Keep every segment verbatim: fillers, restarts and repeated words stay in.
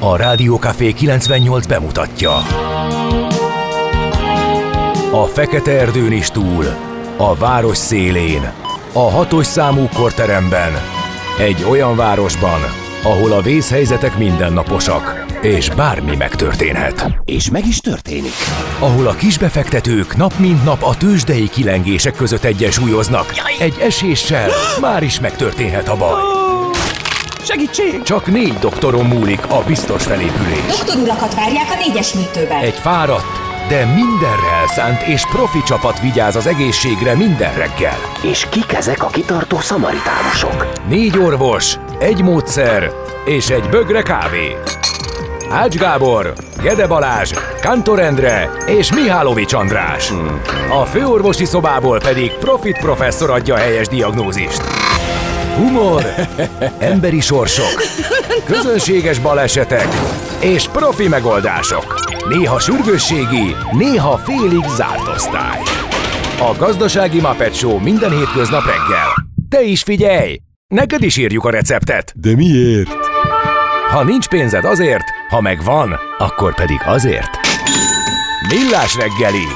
A Rádió Café kilencvennyolc bemutatja. A fekete erdőn is túl, a város szélén, a hatos számú korteremben, egy olyan városban, ahol a vészhelyzetek mindennaposak, és bármi megtörténhet. És meg is történik. Ahol a kisbefektetők nap mint nap a tőzsdei kilengések között egyensúlyoznak. Egy eséssel már is megtörténhet a baj. Segítség! Csak négy doktoron múlik a biztos felépülés. Doktor urakat várják a négyes műtőben. Egy fáradt, de mindenre elszánt és profi csapat vigyáz az egészségre minden reggel. És kik ezek a kitartó szamaritánusok? Négy orvos, egy módszer és egy bögre kávé. Ács Gábor, Gede Balázs, Kántor Endre és Mihálovics András. A főorvosi szobából pedig Profit professzor adja a helyes diagnózist. Humor, emberi sorsok, közönséges balesetek és profi megoldások. Néha sürgősségi, néha félig zárt osztály. A Gazdasági Muppet Show minden hétköznap reggel. Te is figyelj! Neked is írjuk a receptet. De miért? Ha nincs pénzed azért, ha megvan, akkor pedig azért. Millás reggeli.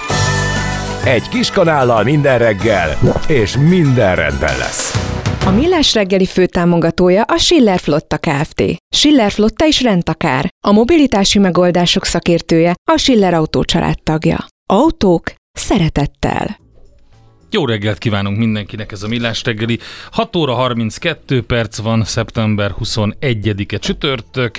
Egy kis kanállal minden reggel, és minden rendben lesz. A Millás reggeli főtámogatója a Schiller Flotta Kft. Schiller Flotta is rendtakár. A mobilitási megoldások szakértője, a Schiller Autó család tagja. Autók szeretettel. Jó reggelt kívánunk mindenkinek, ez a Millás reggeli. hat óra harminckettő perc van, szeptember huszonegyedike csütörtök,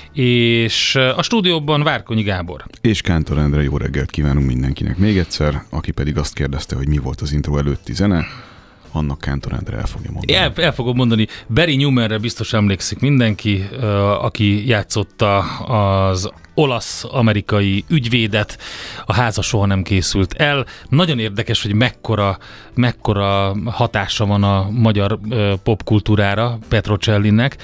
és a stúdióban Várkonyi Gábor. És Kántor Endre, jó reggelt kívánunk mindenkinek még egyszer, aki pedig azt kérdezte, hogy mi volt az intro előtti zene, annak Kántor Endre el fogja mondani. El, el fogom mondani, Barry Newmanre biztos emlékszik mindenki, aki játszotta az olasz-amerikai ügyvédet, a háza soha nem készült el. Nagyon érdekes, hogy mekkora, mekkora hatása van a magyar popkultúrára Petrocellinek,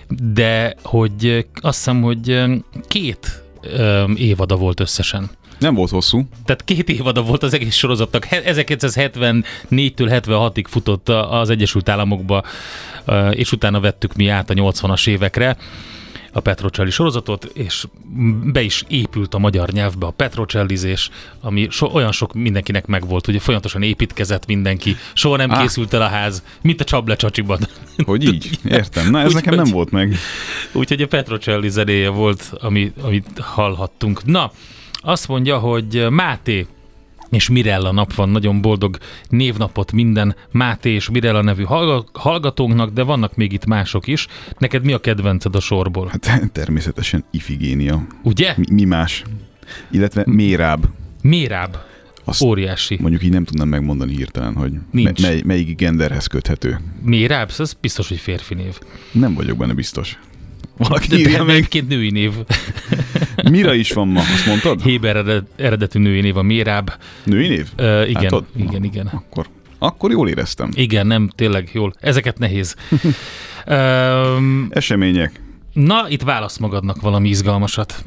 de hogy azt hiszem, hogy két évada volt összesen. Nem volt hosszú. Tehát két évada volt az egész sorozatnak. ezerkilencszázhetvennégytől hetvenhatig futott az Egyesült Államokba, és utána vettük mi át a nyolcvanas évekre a Petrocelli sorozatot, és be is épült a magyar nyelvbe a petrocellizés, ami so, olyan sok mindenkinek megvolt, hogy folyamatosan építkezett mindenki, soha nem ah. készült el a ház, mint a Csable Csacsiban. Hogy így? Értem. Na ez úgy, nekem hogy, nem volt meg. Úgyhogy a Petrocelli zenéje volt, ami, amit hallhattunk. Na, azt mondja, hogy Máté és Mirella nap van, nagyon boldog névnapot minden Máté és Mirella nevű hallgatónknak, de vannak még itt mások is. Neked mi a kedvenced a sorból? Hát természetesen Ifigénia. Ugye? Mi, mi más? Illetve Méráb. Méráb. Azt óriási. Mondjuk így nem tudnám megmondani hirtelen, hogy me- mely, melyik genderhez köthető. Méráb? Ez biztos, hogy férfi név. Nem vagyok benne biztos. Valaki de írja meg. Egyébként női név. Mira is van ma, azt mondtad? Héber eredetű női név a Méráb. Női név? Uh, igen, hát igen, igen. Akkor, akkor jól éreztem. Igen, nem, tényleg jól. Ezeket nehéz. um, Események. Na, itt válasz magadnak valami izgalmasat.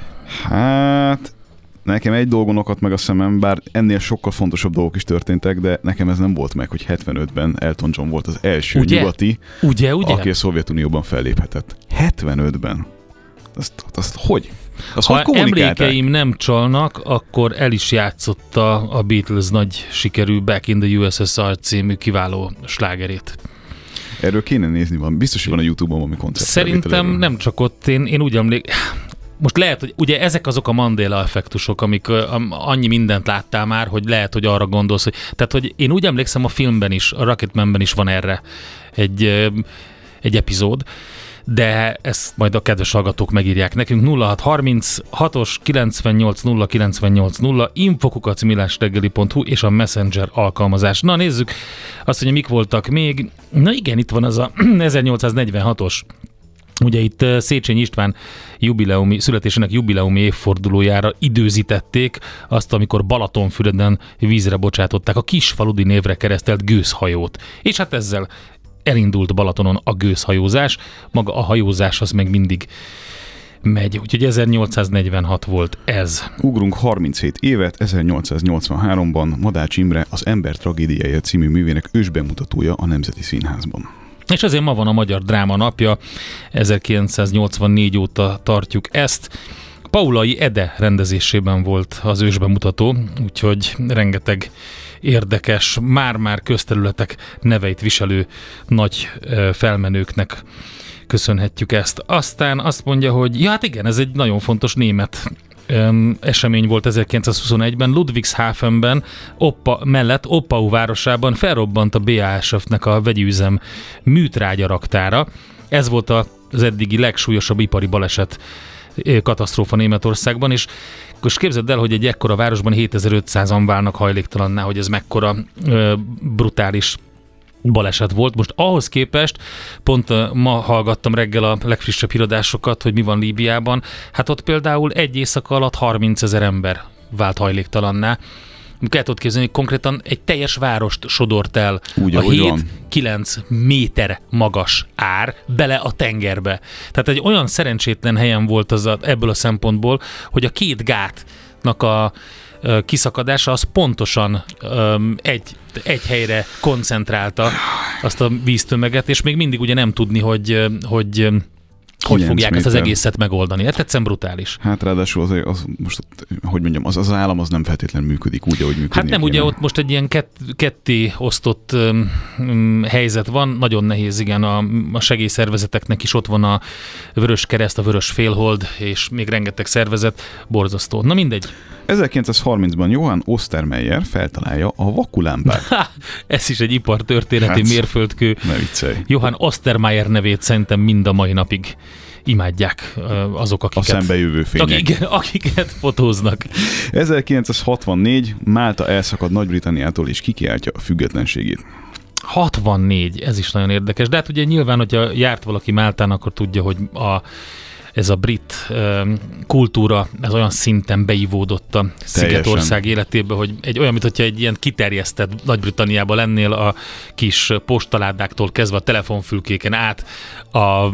Hát... Nekem egy dolgon akadt meg a szemem, bár ennél sokkal fontosabb dolgok is történtek, de nekem ez nem volt meg, hogy hetvenötben Elton John volt az első ugye? nyugati, ugye, ugye? aki a Szovjetunióban felléphetett. hetvenötben? Azt, azt hogy? Azt ha hogy emlékeim nem csalnak, akkor el is játszotta a Beatles nagy sikerű Back in the U S S R című kiváló slágerét. Erről kéne nézni, van. Biztos, hogy van a YouTube-on valami koncert. Szerintem nem csak ott, én, én úgy emlékszem. Most lehet, hogy ugye ezek azok a Mandela-effektusok, amik uh, annyi mindent láttál már, hogy lehet, hogy arra gondolsz, hogy... Tehát, hogy én úgy emlékszem, a filmben is, a Rocketmanben is van erre egy, uh, egy epizód, de ezt majd a kedves hallgatók megírják nekünk. nulla hat harminc hatos kilencvennyolc nulla kilencvennyolc nulla infokukac millásreggeli pont hu és a Messenger alkalmazás. Na nézzük azt, hogy mik voltak még. Na igen, itt van az a ezernyolcszáznegyvenhatos. Ugye itt Széchenyi István jubileumi, születésének jubileumi évfordulójára időzítették azt, amikor Balatonfüreden vízre bocsátották a Kisfaludi névre keresztelt gőzhajót. És hát ezzel elindult Balatonon a gőzhajózás, maga a hajózás az meg mindig megy. Úgyhogy ezernyolcszáznegyvenhat volt ez. Ugrunk harminchét évet, ezernyolcszáznyolcvanháromban Madács Imre az Ember tragédiája című művének ősbemutatója a Nemzeti Színházban. És azért ma van a Magyar Dráma napja, ezerkilencszáznyolcvannégy óta tartjuk ezt. Paulai Ede rendezésében volt az ősbemutató, úgyhogy rengeteg érdekes, már-már közterületek neveit viselő nagy felmenőknek köszönhetjük ezt. Aztán azt mondja, hogy ja, hát igen, ez egy nagyon fontos német um, esemény volt ezerkilencszázhuszonegyben, Ludwigshafenben, Oppa, mellett Oppau városában felrobbant a bé á es ef-nek a vegyi üzem műtrágyaraktára. Ez volt az eddigi legsúlyosabb ipari baleset, katasztrófa Németországban, és most képzeld el, hogy egy ekkora városban hétezer-ötszázan válnak hajléktalanná, hogy ez mekkora ö, brutális baleset volt. Most ahhoz képest, pont uh, ma hallgattam reggel a legfrissebb híradásokat, hogy mi van Líbiában, hát ott például egy éjszaka alatt harmincezer ember vált hajléktalanná. El tudod képzelni, hogy konkrétan egy teljes várost sodort el úgy, a hét-kilenc méter magas ár bele a tengerbe. Tehát egy olyan szerencsétlen helyen volt az a, ebből a szempontból, hogy a két gátnak a ö, kiszakadása az pontosan ö, egy, egy helyre koncentrálta azt a víztömeget, és még mindig ugye nem tudni, hogy, hogy hogy fogják ezt az egészet megoldani. Ez egyszerűen brutális. Hát ráadásul az, az most, hogy mondjam, az, az állam az nem feltétlenül működik úgy, ahogy működik. Hát nem, ugye ott most egy ilyen kett, ketté osztott um, helyzet van, nagyon nehéz, igen, a, a segélyszervezeteknek is ott van a Vörös Kereszt, a Vörös Félhold, és még rengeteg szervezet, borzasztó. Na mindegy. ezerkilencszázharmincban Johann Ostermeyer feltalálja a vakulámpát. Ha, ez is egy ipartörténeti hát, mérföldkő. Ne viccelj. Johann Ostermeyer nevét szerintem mind a mai napig imádják azok, akiket, a szembejövő fények. Akik, akiket fotóznak. ezerkilencszázhatvannégy Málta elszakad Nagy-Britanniától és kikiáltja a függetlenségét. hatvannégy, ez is nagyon érdekes. De hát ugye nyilván, hogyha járt valaki Máltán, akkor tudja, hogy a ez a brit um, kultúra, ez olyan szinten beivódott a Szigetország életébe, hogy egy olyan, mint hogyha egy ilyen kiterjesztett Nagy-Britanniában lennél, a kis postaládáktól kezdve a telefonfülkéken át, a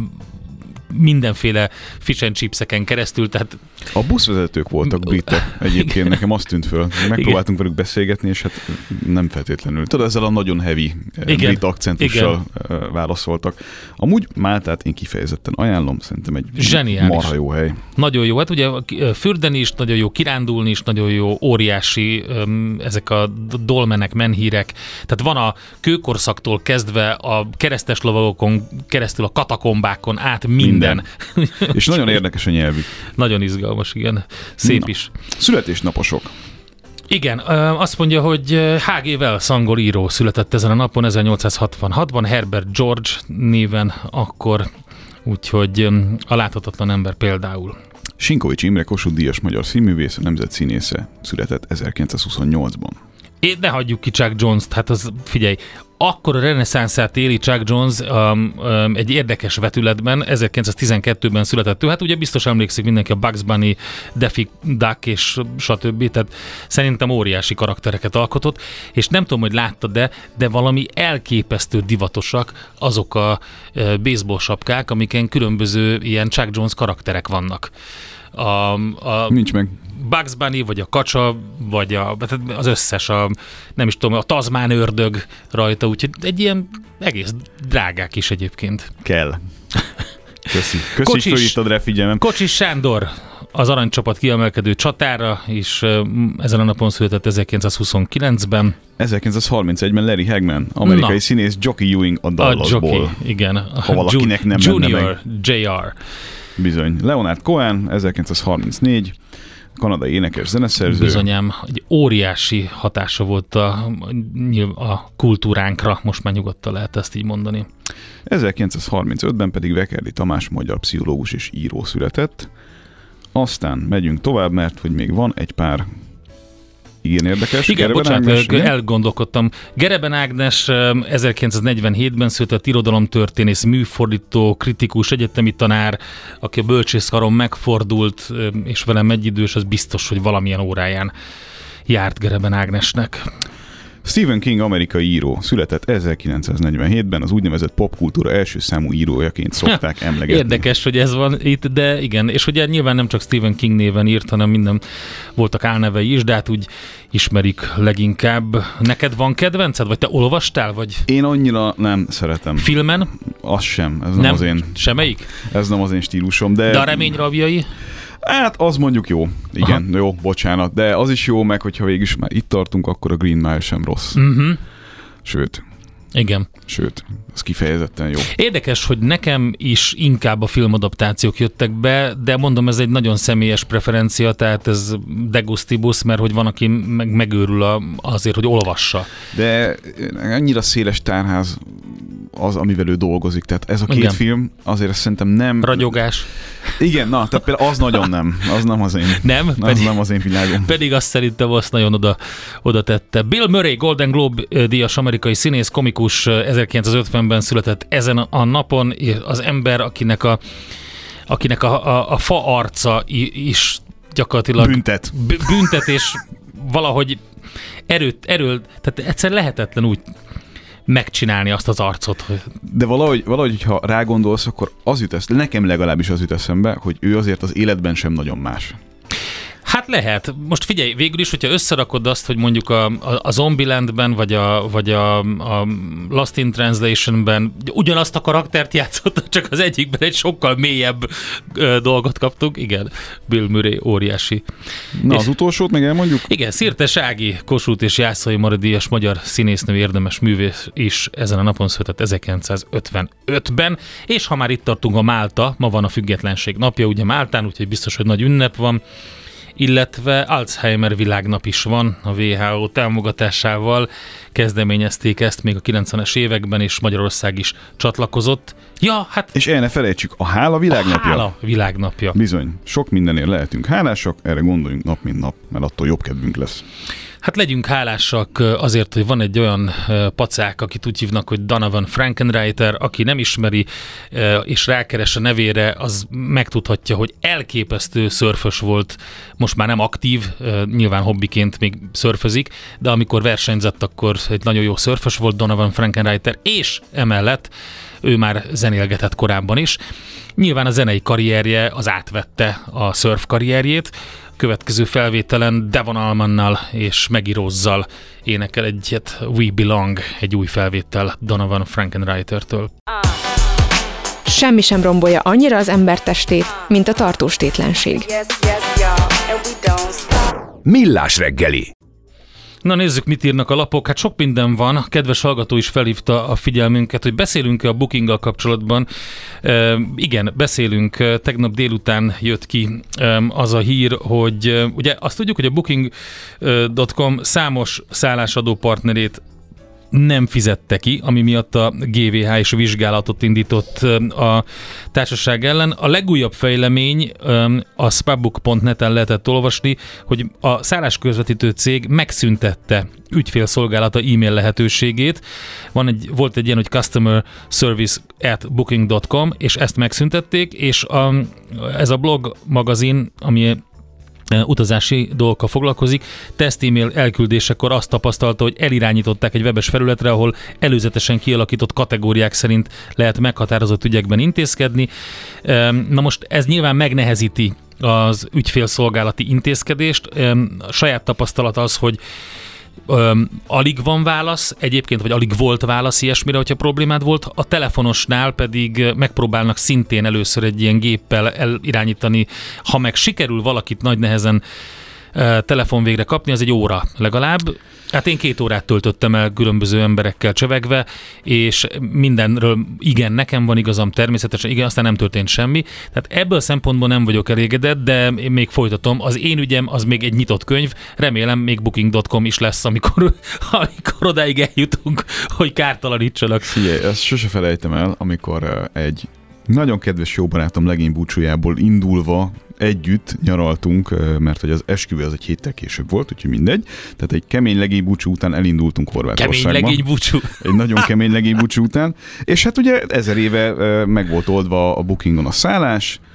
mindenféle fish and chipseken keresztül, tehát... A buszvezetők voltak britek egyébként, nekem azt tűnt föl. Megpróbáltunk velük beszélgetni, és hát nem feltétlenül. Tudod, ezzel a nagyon heavy igen. brit akcentussal igen. válaszoltak. Amúgy Máltát én kifejezetten ajánlom, szerintem egy zseniális, marha jó hely. Nagyon jó, hát ugye fürdeni is, nagyon jó kirándulni is, nagyon jó, óriási ezek a dolmenek, menhírek. Tehát van a kőkorszaktól kezdve a keresztes lovagokon keresztül a katakombákon át minden. minden. És nagyon érdekes a nyelvük. Nagyon izgalmas, igen. Szép Na. is. Születésnaposok. Igen, azt mondja, hogy há gé Wells angol író született ezen a napon, ezernyolcszázhatvanhatban, Herbert George néven akkor, úgyhogy a láthatatlan ember például. Sinkovics Imre Kossuth díjas magyar színművész, a nemzet színésze született ezerkilencszázhuszonnyolcban. É, ne hagyjuk ki Chuck Jones-t, hát az, figyelj, akkor a reneszánszát éli Chuck Jones um, um, egy érdekes vetületben, ezerkilencszáztizenkettőben született ő, hát ugye biztos emlékszik mindenki a Bugs Bunny, Daffy Duck és stb. Tehát szerintem óriási karaktereket alkotott, és nem tudom, hogy láttad, de, de valami elképesztő divatosak azok a uh, baseball sapkák, amiken különböző ilyen Chuck Jones karakterek vannak. A, a Nincs meg. Bugs Bunny, vagy a kacsa, vagy a, az összes, a, nem is tudom, a Tazmán ördög rajta, úgyhogy egy ilyen egész drágák is egyébként. Kell. Köszi. Köszi, hogy fölhívtad rá figyelmem. Kocsis Sándor, az aranycsapat kiemelkedő csatára, és ezen a napon született ezerkilencszázhuszonkilencben. ezerkilencszázharmincegyben Larry Hagman, amerikai Na. színész, Jockey Ewing a Dallasból. A Jockey, igen. Ha valakinek nem Junior, jé er. Bizony. Leonard Cohen, ezerkilencszázharmincnégy, kanadai énekes, zeneszerző. Bizonyám, egy óriási hatása volt a, a kultúránkra, most már nyugodtan lehet ezt így mondani. ezerkilencszázharmincötben pedig Vekerli Tamás, magyar pszichológus és író született. Aztán megyünk tovább, mert hogy még van egy pár igen érdekes. Igen, Gereben bocsánat, Ágnes, igen? elgondolkodtam. Gereben Ágnes ezerkilencszáznegyvenhétben született irodalomtörténész, műfordító, kritikus, egyetemi tanár, aki a bölcsészkaron megfordult, és velem egyidős, az biztos, hogy valamilyen óráján járt Gereben Ágnesnek. Stephen King amerikai író, született ezerkilencszáznegyvenhétben, az úgynevezett popkultúra első számú írójaként szokták emlegetni. Érdekes, hogy ez van itt, de igen, és ugye nyilván nem csak Stephen King néven írt, hanem minden voltak álnevei is, de hát úgy ismerik leginkább. Neked van kedvenced, vagy te olvastál, vagy? Én annyira nem szeretem. Filmen? Az sem, ez nem, nem az én. Semmelyik? Ez nem az én stílusom, de... De a Remény rabjai? Hát az mondjuk jó. Igen, aha. Jó, bocsánat. De az is jó, meg hogyha végig is már itt tartunk, akkor a Green Mile sem rossz. Uh-huh. Sőt. Igen. Sőt, ez kifejezetten jó. Érdekes, hogy nekem is inkább a filmadaptációk jöttek be, de mondom, ez egy nagyon személyes preferencia, tehát ez de gustibus, mert hogy van, aki meg megőrül a, azért, hogy olvassa. De annyira széles tárház az, amivel ő dolgozik. Tehát ez a két igen. film azért szerintem nem... Ragyogás. Igen, na, tehát például az nagyon nem. Az nem az én. Nem? Az Pedig, nem az én világom. Pedig azt szerintem azt nagyon oda, oda tette. Bill Murray, Golden Globe díjas amerikai színész, komikus, ezerkilencszázötvenben született ezen a napon. Az ember, akinek a, akinek a, a, a fa arca is gyakorlatilag... Büntet. B- büntet, és valahogy erőt, erő, tehát egyszer lehetetlen úgy megcsinálni azt az arcot. Hogy... De valahogy, valahogy, hogyha rágondolsz, akkor az jut eszembe, nekem legalábbis az jut eszembe, hogy ő azért az életben sem nagyon más. Hát lehet. Most figyelj, végül is, hogyha összerakod azt, hogy mondjuk a, a, a Zombielandben, vagy, a, vagy a, a Lost in Translationben ugyanazt a karaktert játszott, csak az egyikben egy sokkal mélyebb ö, dolgot kaptunk. Igen, Bill Murray óriási. Na, és, az utolsót meg elmondjuk? Igen, Szirtes Ági, Kossuth és Jászai Mari díjas magyar színésznő, érdemes művész is ezen a napon született ezerkilencszázötvenötben, és ha már itt tartunk, a Málta, ma van a Függetlenség napja, ugye Máltán, úgyhogy biztos, hogy nagy ünnep van, illetve Alzheimer világnap is van, a dupla vé há ó támogatásával kezdeményezték ezt még a kilencvenes években, és Magyarország is csatlakozott. Ja, hát... És el ne felejtsük, a hála világnapja. A hála világnapja. Bizony, sok mindenért lehetünk hálásak, erre gondoljunk nap mint nap, mert attól jobb kedvünk lesz. Hát legyünk hálásak azért, hogy van egy olyan pacák, akit úgy hívnak, hogy Donovan Frankenreiter, aki nem ismeri és rákeres a nevére, az megtudhatja, hogy elképesztő szörfös volt, most már nem aktív, nyilván hobbiként még szörfözik, de amikor versenyzett, akkor egy nagyon jó szörfös volt Donovan Frankenreiter, és emellett ő már zenélgetett korábban is. Nyilván a zenei karrierje az átvette a szörf karrierjét. Következő felvételen Devon Allmannal és Maggie Rose-zal énekel egyet, We Belong, egy új felvétel Donovan Frankenreitertől. Semmi sem rombolja annyira az ember testét, mint a tartós tétlenség. Millás reggeli. Na nézzük, mit írnak a lapok. Hát sok minden van. A kedves hallgató is felhívta a figyelmünket, hogy beszélünk-e a Bookinggal kapcsolatban. E, igen, beszélünk. Tegnap délután jött ki az a hír, hogy ugye azt tudjuk, hogy a booking pont com számos szállásadó partnerét nem fizette ki, ami miatt a gé vé há is vizsgálatot indított a társaság ellen. A legújabb fejlemény a spabbook pont net-en lehetett olvasni, hogy a szállásközvetítő cég megszüntette ügyfélszolgálata e-mail lehetőségét. Van egy, volt egy ilyen, hogy customer service at booking pont com, és ezt megszüntették, és a, ez a blog magazin, ami utazási dolgokkal foglalkozik, teszt e-mail elküldésekor azt tapasztalta, hogy elirányították egy webes felületre, ahol előzetesen kialakított kategóriák szerint lehet meghatározott ügyekben intézkedni. Na most ez nyilván megnehezíti az ügyfélszolgálati intézkedést. A saját tapasztalat az, hogy Öm, alig van válasz, egyébként, vagy alig volt válasz ilyesmire, hogyha problémád volt, a telefonosnál pedig megpróbálnak szintén először egy ilyen géppel elirányítani, ha meg sikerül valakit nagy nehezen e, telefonvégre kapni, az egy óra legalább. Hát én két órát töltöttem el különböző emberekkel csevegve, és mindenről igen, nekem van igazam, természetesen igen, aztán nem történt semmi. Tehát ebből a szempontból nem vagyok elégedett, de én még folytatom. Az én ügyem az még egy nyitott könyv, remélem még booking pont com is lesz, amikor, amikor odáig eljutunk, hogy kártalanítsanak. Figyelj, ezt sose felejtem el, amikor egy nagyon kedves jó barátom legény búcsújából indulva együtt nyaraltunk, mert hogy az esküvő az egy héttel később volt, úgyhogy mindegy. Tehát egy kemény legénybúcsú után elindultunk Horvátországba. Kemény legénybúcsú. Egy nagyon kemény legénybúcsú után. És hát ugye ezer éve meg volt oldva a Bookingon a szállás,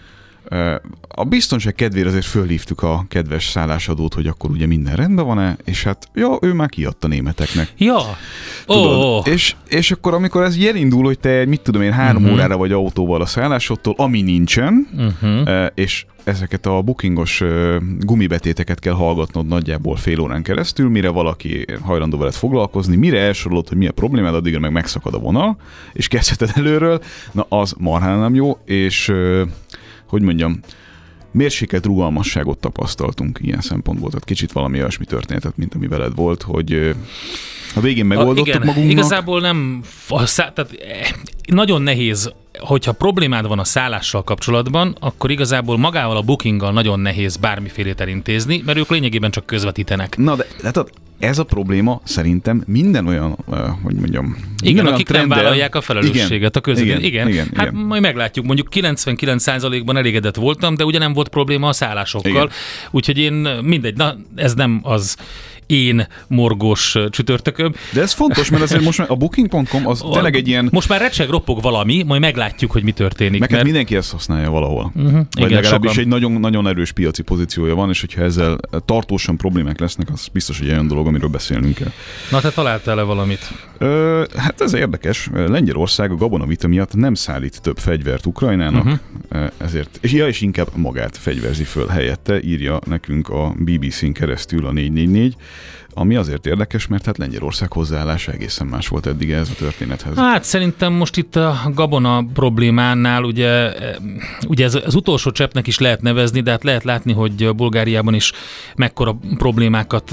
A biztonság kedvére azért fölhívtuk a kedves szállásadót, hogy akkor ugye minden rendben van-e, és hát, ja, ő már kiadta németeknek. Ja, tudod? Oh. És, és akkor, amikor ez elindul, hogy te, mit tudom én, három uh-huh. órára vagy autóval a szállásodtól, ami nincsen, uh-huh. és ezeket a bookingos gumibetéteket kell hallgatnod nagyjából fél órán keresztül, mire valaki hajlandó veled foglalkozni, mire elsorolod, hogy mi a problémád, addigra meg megszakad a vonal, és kezdheted előről, na az marhán nem jó, és hogy mondjam, mérsékelt rugalmasságot tapasztaltunk ilyen szempontból, tehát kicsit valami olyasmi történetet, mint ami veled volt, hogy a végén megoldottuk a, igen, magunknak. Igazából nem, a szá, tehát nagyon nehéz, hogyha problémád van a szállással kapcsolatban, akkor igazából magával a bookinggal nagyon nehéz bármifélét elintézni, mert ők lényegében csak közvetítenek. Na de látod, ez a probléma szerintem minden olyan, uh, hogy mondjam, minden igen, olyan akik trendel, nem vállalják a felelősséget igen, a közvetítésben. Igen, igen, igen, hát igen. majd meglátjuk, mondjuk kilencvenkilenc százalékban elégedett voltam, de ugye nem volt probléma a szállásokkal, igen. Úgyhogy én mindegy, na ez nem az én morgós csütörtököm. De ez fontos, mert azért most már a booking pont com az tényleg egy ilyen... Most már recseg, ropog valami, majd meglátjuk, hogy mi történik. Meg mert... mindenki ezt használja valahol. Uh-huh. Vagy igen, legalábbis sokan. egy nagyon, nagyon erős piaci pozíciója van, és hogyha ezzel tartósan problémák lesznek, az biztos, hogy olyan dolog, amiről beszélnünk kell. Na, te találtál-e valamit? Ö, hát ez érdekes. Lengyelország a gabonavita miatt nem szállít több fegyvert Ukrajnának, uh-huh. ezért, és, ja, és inkább magát fegyverzi föl helyette, írja nekünk a bé bé cén keresztül a négy négy négy, ami azért érdekes, mert hát Lengyelország hozzáállása egészen más volt eddig ez a történethez. Hát szerintem most itt a gabona problémánál ugye, ugye ez az utolsó cseppnek is lehet nevezni, de hát lehet látni, hogy Bulgáriában is mekkora problémákat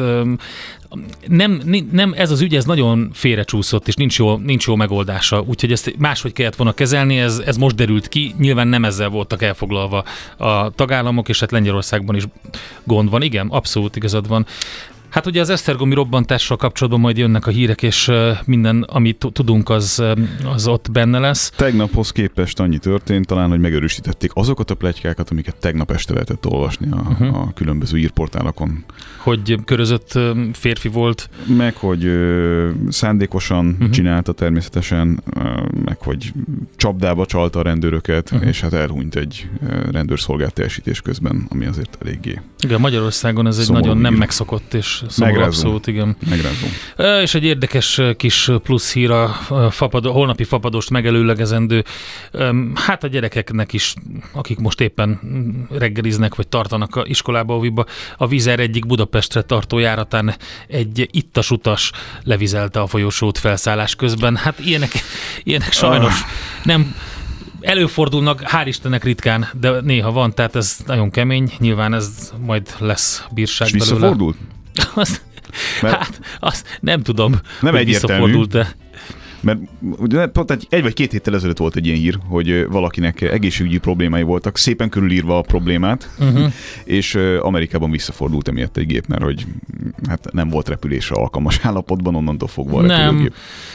nem, nem, ez az ügy, ez nagyon félrecsúszott, és nincs jó, nincs jó megoldása, úgyhogy ezt máshogy kellett volna kezelni, ez, ez most derült ki, nyilván nem ezzel voltak elfoglalva a tagállamok, és hát Lengyelországban is gond van. Igen, abszolút igazad van. Hát ugye az esztergomi robbantással kapcsolatban majd jönnek a hírek, és minden, amit tudunk, az, az ott benne lesz. Tegnaphoz képest annyi történt, talán, hogy megerősítették azokat a pletykákat, amiket tegnap este lehetett olvasni a, uh-huh. a különböző írportálokon. Hogy körözött férfi volt. Meg, hogy ö, szándékosan uh-huh. csinálta természetesen, ö, meg, hogy csapdába csalta a rendőröket, uh-huh. és hát elhunyt egy rendőrszolgált teljesítés közben, ami azért eléggé. Igen, Magyarországon ez egy nagyon nem megszokott, és szomorú abszolút, igen. Megrázó. És egy érdekes kis plusz hír a fapadó, holnapi fapadost megelőlegezendő. Hát a gyerekeknek is, akik most éppen reggeliznek, vagy tartanak a iskolába, óviba, a Vizer egyik Budapestre tartó járatán egy ittas utas levizelte a folyosót felszállás közben. Hát ilyenek, ilyenek sajnos ah. nem előfordulnak, hál' Istennek ritkán, de néha van, tehát ez nagyon kemény, nyilván ez majd lesz bírság belőle. És visszafordult? Azt, hát, azt nem tudom, nem hogy visszafordult-e. Mert ugye, egy vagy két héttel ezelőtt volt egy ilyen hír, hogy valakinek egészségügyi problémái voltak, szépen körülírva a problémát, uh-huh. és Amerikában visszafordult emiatt egy gép, mert hogy hát nem volt repülésre alkalmas állapotban, onnantól fogva a repülőgép.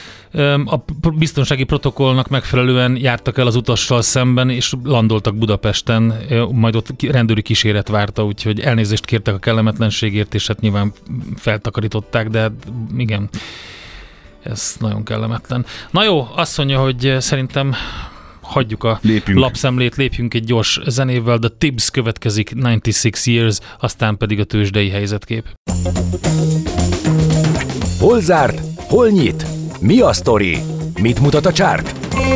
A biztonsági protokollnak megfelelően jártak el az utassal szemben, és landoltak Budapesten, majd ott rendőri kíséret várta, úgyhogy elnézést kértek a kellemetlenségért, és hát nyilván feltakarították, de igen, ez nagyon kellemetlen. Na jó, azt mondja, hogy szerintem hagyjuk a lépjünk. lapszemlét, lépjünk egy gyors zenével, The Tibbs következik, kilencvenhat Years, aztán pedig a tőzsdei helyzetkép. Hol zárt? Hol nyit? Mi a sztori? Mit mutat a csárt?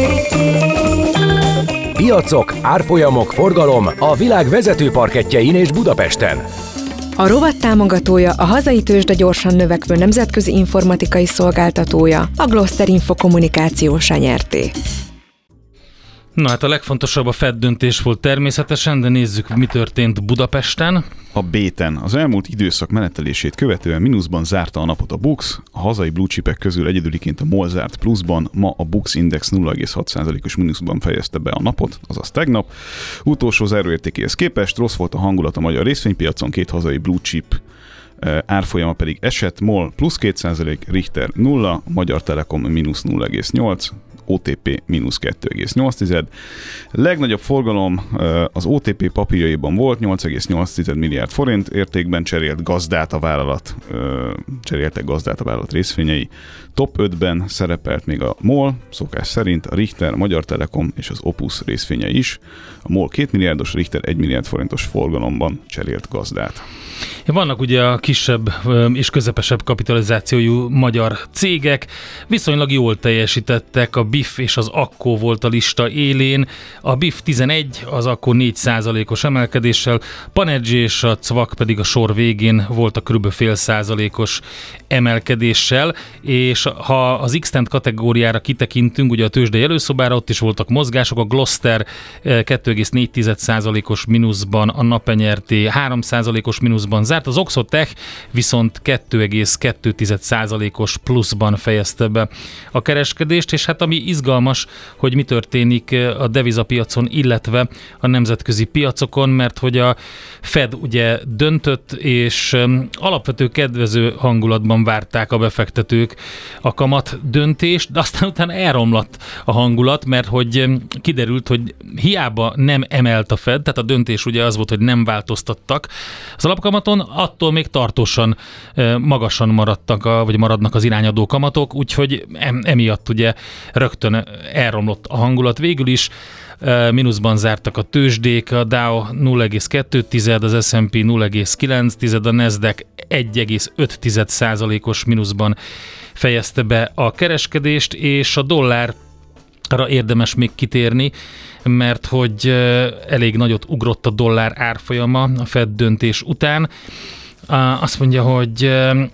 Piacok, árfolyamok, forgalom a világ vezető parkettjein és Budapesten. A rovat támogatója a hazai tőzsde gyorsan növekvő nemzetközi informatikai szolgáltatója, a Gloster Info Kommunikációs nyerté. Na hát a legfontosabb a Fed döntés volt természetesen, de nézzük, mi történt Budapesten. A Béten az elmúlt időszak menetelését követően mínuszban zárta a napot a BUX, a hazai blue chipek közül egyedüliként a MOL zárt pluszban, ma a BUX Index nulla egész hat százalékos mínuszban fejezte be a napot, azaz tegnap. Utolsó záróértékéhez képest rossz volt a hangulat a magyar részvénypiacon, két hazai blue chip árfolyama pedig esett, MOL plusz két százalék, Richter nulla, Magyar Telekom mínusz nulla egész nyolc, o té pé mínusz kettő egész nyolc. Legnagyobb forgalom az o té pé papírjaiban volt, nyolc egész nyolc milliárd forint értékben cserélt gazdát a vállalat, cseréltek gazdát a vállalat részvényei. Top ötben szerepelt még a MOL, szokás szerint a Richter, a Magyar Telekom és az Opus részvényei is. A MOL két milliárdos, a Richter egy milliárd forintos forgalomban cserélt gazdát. Vannak ugye a kisebb és közepesebb kapitalizációjú magyar cégek, viszonylag jól teljesítettek, a bé i ef és az Akko volt a lista élén, a bé i ef tizenegy, az Akko négy százalékos emelkedéssel, Panergy és a cé vé á ká pedig a sor végén volt a kb. Fél százalékos emelkedéssel, és ha az X-Tent kategóriára kitekintünk, ugye a tőzsdei előszobára, ott is voltak mozgások, a Gloster kettő egész négy százalékos mínuszban, a Nap en er té három százalékos mínuszban zárt, az Oxotech viszont kettő egész kettő százalékos pluszban fejezte be a kereskedést, és hát ami izgalmas, hogy mi történik a devizapiacon, illetve a nemzetközi piacokon, mert hogy a Fed ugye döntött, és alapvető kedvező hangulatban várták a befektetők a kamat döntést, de aztán utána elromlott a hangulat, mert hogy kiderült, hogy hiába nem emelt a Fed, tehát a döntés ugye az volt, hogy nem változtattak az alapkamaton, attól még tartósan magasan maradtak, a, vagy maradnak az irányadó kamatok, úgyhogy emiatt ugye rögtön elromlott a hangulat. Végül is mínuszban zártak a tőzsdék, a Dow nulla egész kettő, az es and pé nulla egész kilenc, a Nasdaq egy egész öt százalékos mínuszban fejezte be a kereskedést, és a dollárra érdemes még kitérni, mert hogy elég nagyot ugrott a dollár árfolyama a Fed döntés után. Azt mondja, hogy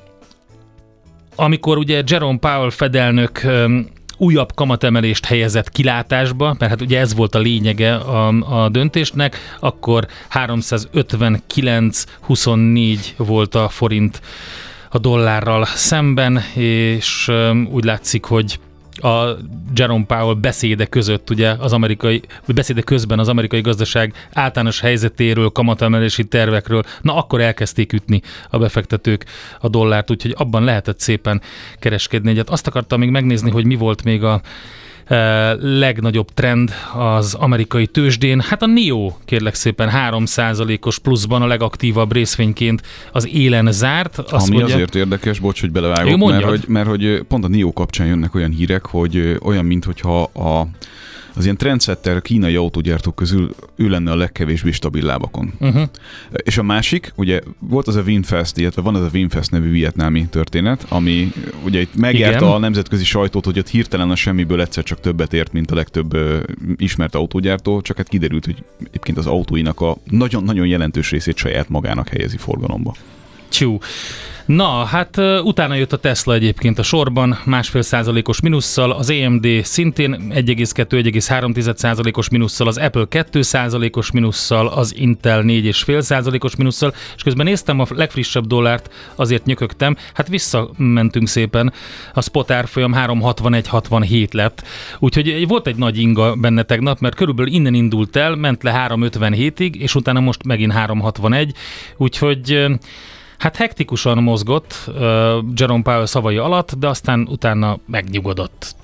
amikor ugye Jerome Powell Fed elnök újabb kamatemelést helyezett kilátásba, mert hát ugye ez volt a lényege a, a döntésnek, akkor háromszázötvenkilenc huszonnégy volt a forint a dollárral szemben, és úgy látszik, hogy a Jerome Powell beszéde között, ugye az amerikai, beszéde közben az amerikai gazdaság általános helyzetéről, kamatemelési tervekről, na akkor elkezdték ütni a befektetők a dollárt, úgyhogy abban lehetett szépen kereskedni. Egyet azt akartam még megnézni, hogy mi volt még a legnagyobb trend az amerikai tőzsdén. Hát a en i o kérlek szépen három százalékos pluszban a legaktívabb részvényként az élen zárt. Azt Ami mondja, azért érdekes, bocs, hogy belevágok, mert hogy, mert hogy pont a en i o kapcsán jönnek olyan hírek, hogy olyan, minthogyha a az ilyen trendsetter kínai autógyártók közül ő lenne a legkevésbé stabil lábakon. Uh-huh. És a másik, ugye volt az a Winfest, illetve van az a Winfest nevű vietnámi történet, ami ugye itt megjárta Igen. a nemzetközi sajtót, hogy ott hirtelen a semmiből egyszer csak többet ért, mint a legtöbb uh, ismert autógyártó, csak hát kiderült, hogy egyébként az autóinak a nagyon-nagyon jelentős részét saját magának helyezi forgalomba. Csú. Na, hát uh, utána jött a Tesla egyébként a sorban, másfél százalékos minusszal, az á em dé szintén egy egész kettő - egy egész három százalékos minusszal, az Apple két százalékos minusszal, az Intel négy egész öt százalékos minusszal, és közben néztem a legfrissebb dollárt, azért nyökögtem, hát visszamentünk szépen, a spot árfolyam három hatvanegy hatvanhét lett, úgyhogy volt egy nagy inga benne tegnap, mert körülbelül innen indult el, ment le három ötvenhétig, és utána most megint három hatvanegy, úgyhogy hát hektikusan mozgott uh, Jerome Powell szavai alatt, de aztán utána megnyugodott.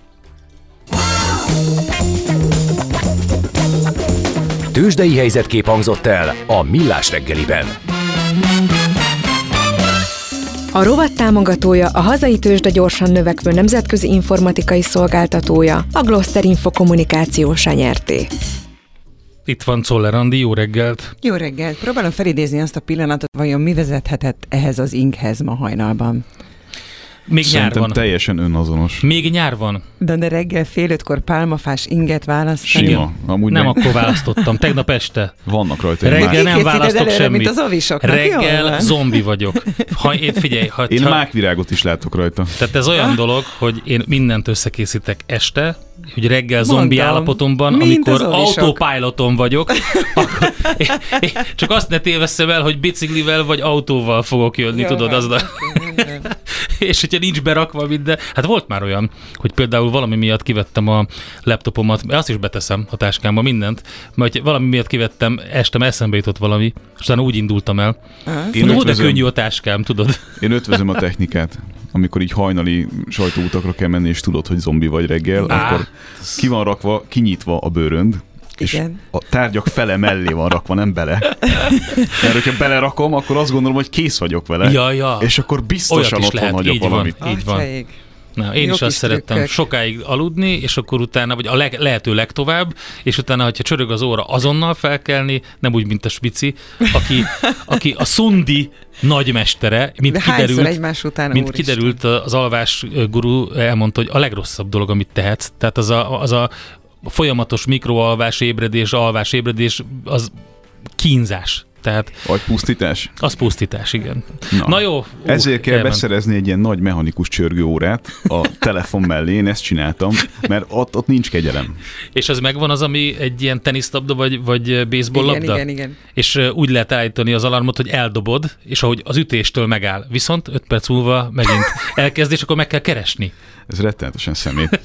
Tőzsdei helyzetkép hangzott el a Millás reggeliben. A rovat támogatója, a hazai tőzsde gyorsan növekvő nemzetközi informatikai szolgáltatója, a Gloster Info kommunikációs nyerté. Itt van Czoller Andi, jó reggelt! Jó reggelt! Próbálom felidézni azt a pillanatot, vajon mi vezethetett ehhez az inghez ma hajnalban. Még Szerintem nyár van. Teljesen önazonos. Még nyár van. De, de reggel fél ötkor pálmafás inget választani. Sima. Amúgy nem meg... akkor választottam, tegnap este. Vannak rajta. Reggel nem választok előre, semmit. Mint az avisoknak. Reggel zombi vagyok. Ha, én, figyelj, ha, én ha, mákvirágot is látok rajta. Tehát ez olyan dolog, hogy én mindent összekészítek este, hogy reggel zombi Mondom, állapotomban, amikor autopiloton vagyok, akkor én, én csak azt ne tévesszem el, hogy biciklivel vagy autóval fogok jönni, Jó, tudod, az a... És hogyha nincs berakva minden, hát volt már olyan, hogy például valami miatt kivettem a laptopomat, azt is beteszem a táskámba, mindent, mert valami miatt kivettem, este eszembe jutott valami, és utána úgy indultam el. Én Mondom, ötvözöm, de könnyű a táskám, tudod. Én ötvözöm a technikát. amikor így hajnali sajtóutakra kell menni, és tudod, hogy zombi vagy reggel, Á, akkor ki van rakva, kinyitva a bőrönd, és igen. a tárgyak fele mellé van rakva, nem bele. Mert hogyha belerakom, akkor azt gondolom, hogy kész vagyok vele. Ja, ja. És akkor biztosan otthon lehet. hagyok Így valamit. Van, így van. Atyaik. Na, én Jó is azt kis szerettem trükkök. sokáig aludni, és akkor utána, vagy a leg, lehető legtovább, és utána, hogyha csörög az óra, azonnal felkelni, nem úgy, mint a Spici, aki, aki a szundi nagymestere, mint De hányszor kiderült, egymás után, mint úristen. kiderült az alvás guru elmondta, hogy a legrosszabb dolog, amit tehetsz. Tehát az a, az a folyamatos mikroalvás, ébredés, alvás, ébredés, az kínzás. Tehát Agypusztítás? az pusztítás, igen. Na, Na jó. Ú, ezért kell elment. beszerezni egy ilyen nagy mechanikus csörgőórát a telefon mellé, én ezt csináltam, mert ott, ott nincs kegyelem. És az megvan az, ami egy ilyen teniszlabda, vagy, vagy baseball Igen, labda? igen, igen. És uh, úgy lehet állítani az alarmot, hogy eldobod, és ahogy az ütéstől megáll. Viszont öt perc múlva megint elkezd, és akkor meg kell keresni. Ez rettenetesen szemét.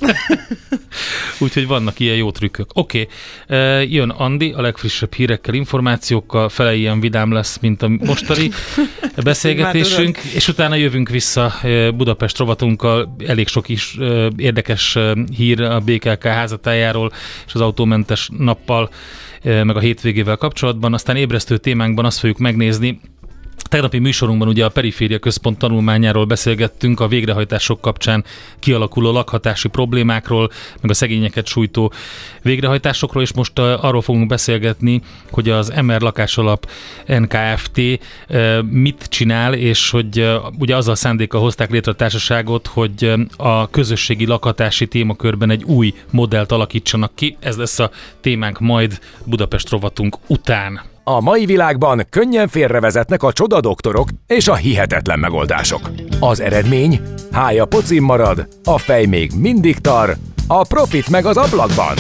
Úgyhogy vannak ilyen jó trükkök. Oké, okay. Jön Andi a legfrissebb hírekkel, információkkal, fele ilyen vidám lesz, mint a mostani beszélgetésünk, és utána jövünk vissza Budapest rovatunkkal, elég sok is érdekes hír a bé ká ká házatájáról és az autómentes nappal, meg a hétvégével kapcsolatban. Aztán ébresztő témánkban azt fogjuk megnézni, tegnapi műsorunkban ugye a Periféria Központ tanulmányáról beszélgettünk, a végrehajtások kapcsán kialakuló lakhatási problémákról, meg a szegényeket sújtó végrehajtásokról, és most arról fogunk beszélgetni, hogy az em er Lakásalap en ká ef té mit csinál, és hogy ugye azzal szándékkal hozták létre a társaságot, hogy a közösségi lakhatási témakörben egy új modellt alakítsanak ki. Ez lesz a témánk majd Budapest rovatunk után. A mai világban könnyen félrevezetnek a csodadoktorok és a hihetetlen megoldások. Az eredmény? Hája pocim marad, a fej még mindig tar, a profit meg az ablakban.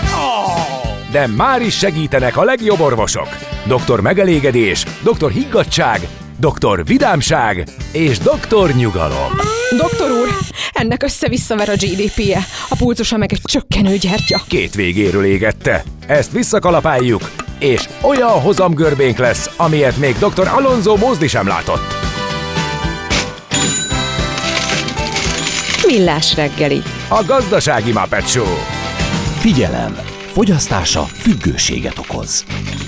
De már is segítenek a legjobb orvosok. doktor Megelégedés, doktor Higgadtság, doktor Vidámság és doktor Nyugalom. Doktor úr, ennek össze-visszaver a gé dé pé-je, a pulzusa meg egy csökkenő gyertya. Két végéről égette. Ezt visszakalapáljuk, és olyan hozamgörbénk lesz, amilyet még doktor Alonso Mózdi sem látott. Millás reggeli. A gazdasági Muppet Show. Figyelem! Fogyasztása függőséget okoz.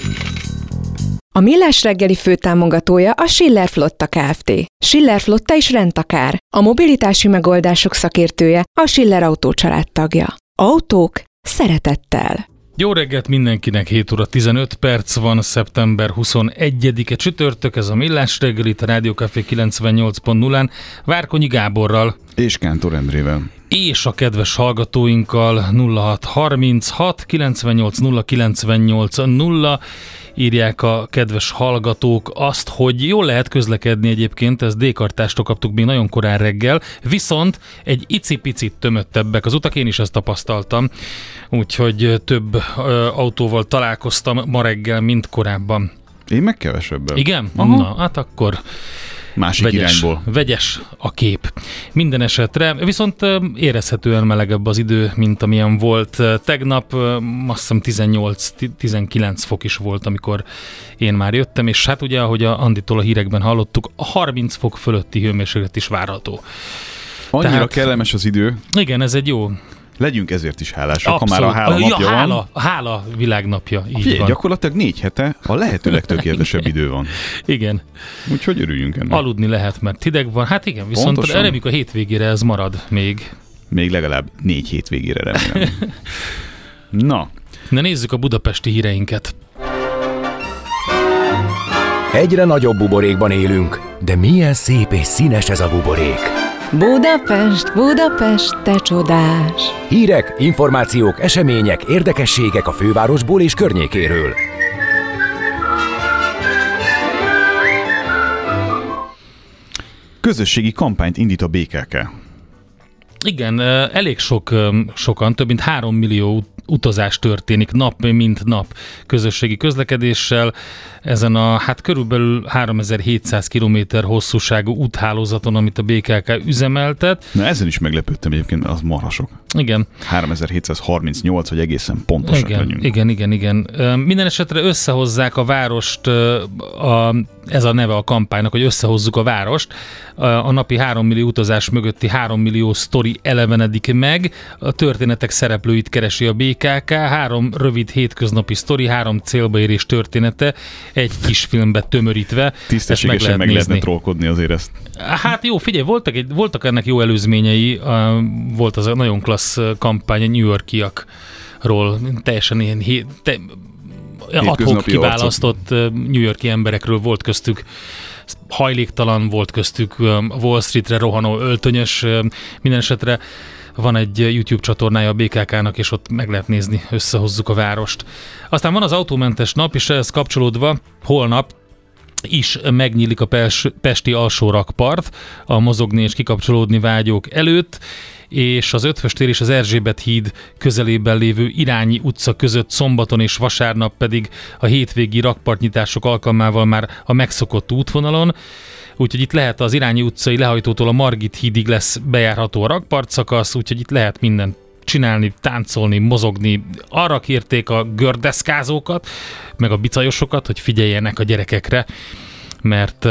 A Millás reggeli főtámogatója a Schiller Flotta Kft. Schiller Flotta is rendtakár. A mobilitási megoldások szakértője, a Schiller Autó családtagja. Autók szeretettel. Jó reggelt mindenkinek, hét óra tizenöt perc van, szeptember huszonegyedike csütörtök, ez a Millás reggeli, a Rádió Café kilencvennyolc pont nullán, Várkonyi Gáborral. És Kántor Endrével. És a kedves hallgatóinkkal nulla hat harminchat kilencvennyolc nulla kilencvennyolc nulla írják a kedves hallgatók azt, hogy jól lehet közlekedni egyébként, ezt D-kartástól kaptuk még nagyon korán reggel, viszont egy icipicit tömöttebbek az utak, én is ezt tapasztaltam, úgyhogy több ö, autóval találkoztam ma reggel, mint korábban. Én meg kevesebben. Igen? Aha. Na, hát akkor Másik vegyes, irányból. vegyes a kép. Minden esetre, viszont érezhetően melegebb az idő, mint amilyen volt tegnap. Azt hiszem tizennyolc-tizenkilenc fok is volt, amikor én már jöttem, és hát ugye, ahogy a Anditól a hírekben hallottuk, a harminc fok fölötti hőmérséklet is várható. Annyira Tehát- kellemes az idő, Igen, ez egy jó... legyünk ezért is hálásak, Abszolút. ha már a hála ja, napja hála, van. A hála világnapja, így Figyelj, van. gyakorlatilag négy hete a lehető legtökéletesebb idő van. Igen, Úgyhogy örüljünk ennek. aludni lehet, mert hideg van. Hát igen, viszont Pontosan. reméljük a hétvégére ez marad még. Még legalább négy hétvégére remélem. Na, Na nézzük a budapesti híreinket. Egyre nagyobb buborékban élünk, de milyen szép és színes ez a buborék. Budapest, Budapest, te csodás! Hírek, információk, események, érdekességek a fővárosból és környékéről. közösségi kampányt indít a bé ká ká. Igen, elég sok, sokan, több mint három millió utazás történik nap, mint nap közösségi közlekedéssel. Ezen a hát körülbelül háromezer-hétszáz kilométer hosszúságú úthálózaton, amit a bé ká ká üzemeltet. Na ezen is meglepődtem egyébként, az marha sok. Igen. háromezer-hétszázharmincnyolc, hogy egészen pontosak igen, legyünk. igen, igen, igen. Minden esetre összehozzák a várost a ez a neve a kampánynak, hogy összehozzuk a várost. A napi három millió utazás mögötti három millió sztori elevenedik meg, a történetek szereplőit keresi a bé ká ká, három rövid hétköznapi sztori, három célbaérés története, egy kis filmbe tömörítve. Tisztességesen meg, meg lehetne trollkodni azért ezt. Hát jó, figyelj, voltak, egy, voltak ennek jó előzményei, volt az a nagyon klassz kampány a New Yorkiakról, teljesen ilyen hé, te, adhok kiválasztott arcok. New Yorki emberekről, volt köztük hajléktalan, volt köztük Wall Streetre rohanó öltönyös, minden esetre van egy YouTube csatornája a bé ká ká-nak, és ott meg lehet nézni, összehozzuk a várost. Aztán van az autómentes nap, és ehhez kapcsolódva holnap is megnyílik a pesti alsó rakpart a mozogni és kikapcsolódni vágyók előtt, és az Ötvös tér és az Erzsébet híd közelében lévő Irányi utca között szombaton és vasárnap pedig a hétvégi rakpartnyitások alkalmával már a megszokott útvonalon. Úgyhogy itt lehet az Irányi utcai lehajtótól a Margit hídig lesz bejárható a rakpartszakasz, úgyhogy itt lehet minden csinálni, táncolni, mozogni. Arra kérték a gördeszkázókat, meg a bicajosokat, hogy figyeljenek a gyerekekre, mert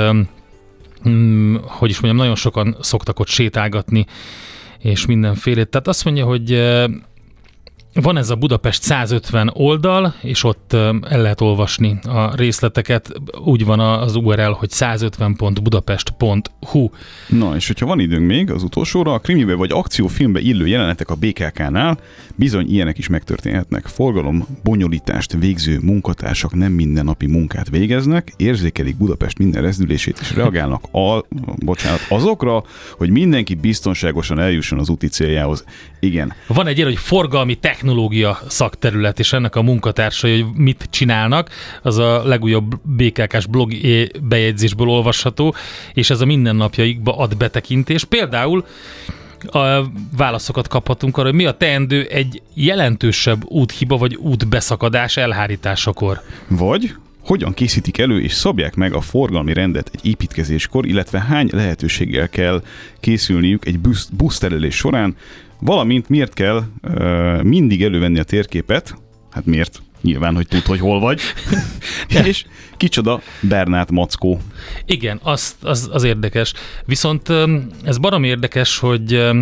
hm, hogy is mondjam, nagyon sokan szoktak ott sétálgatni, és mindenfélét. Tehát azt mondja, hogy van ez a Budapest százötven oldal, és ott el lehet olvasni a részleteket. Úgy van az u er el, hogy százötven pont budapest pont hu. Na, és hogyha van időnk még az utolsóra, a krimibe vagy akciófilmbe illő jelenetek a bé ká ká-nál bizony ilyenek is megtörténhetnek. Forgalom bonyolítást végző munkatársak nem mindennapi munkát végeznek, érzékelik Budapest minden rezdülését, és reagálnak a, bocsánat, azokra, hogy mindenki biztonságosan eljusson az úti céljához. Igen. Van egy ilyen, hogy forgalmi technológia szakterület, és ennek a munkatársai, hogy mit csinálnak, az a legújabb bé ká ká-s blog bejegyzésből olvasható, és ez a mindennapjaikba ad betekintés. Például a válaszokat kaphatunk arra, hogy mi a teendő egy jelentősebb úthiba vagy útbeszakadás elhárításakor. Vagy hogyan készítik elő és szabják meg a forgalmi rendet egy építkezéskor, illetve hány lehetőséggel kell készülniük egy busz, buszterelés során, valamint miért kell uh, mindig elővenni a térképet, hát miért? Nyilván, hogy tud, hogy hol vagy. És kicsoda Bernát Mackó. Igen, az, az, az érdekes. Viszont ez baromi érdekes, hogy oké,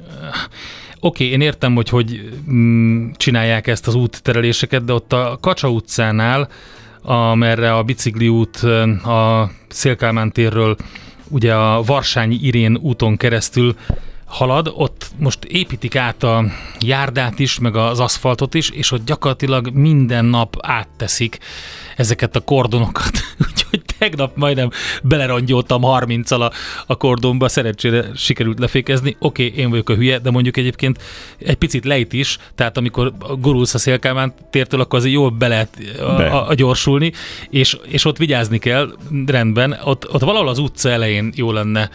okay, én értem, hogy hogy csinálják ezt az úttereléseket, de ott a Kacsa utcánál, amerre a bicikliút a Széll-Kálmán térről ugye a Varsányi Irén úton keresztül halad, ott most építik át a járdát is, meg az aszfaltot is, és ott gyakorlatilag minden nap átteszik ezeket a kordonokat. Úgyhogy tegnap majdnem belerongyoltam harminccal a, a kordonba, szerencsére sikerült lefékezni. Oké, okay, én vagyok a hülye, de mondjuk egyébként egy picit lejt is, tehát amikor gurulsz a Széll-Kálmán tértől, akkor azért jól be lehet a, be. a, a gyorsulni, és, és ott vigyázni kell, rendben, ott, ott valahol az utca elején jó lenne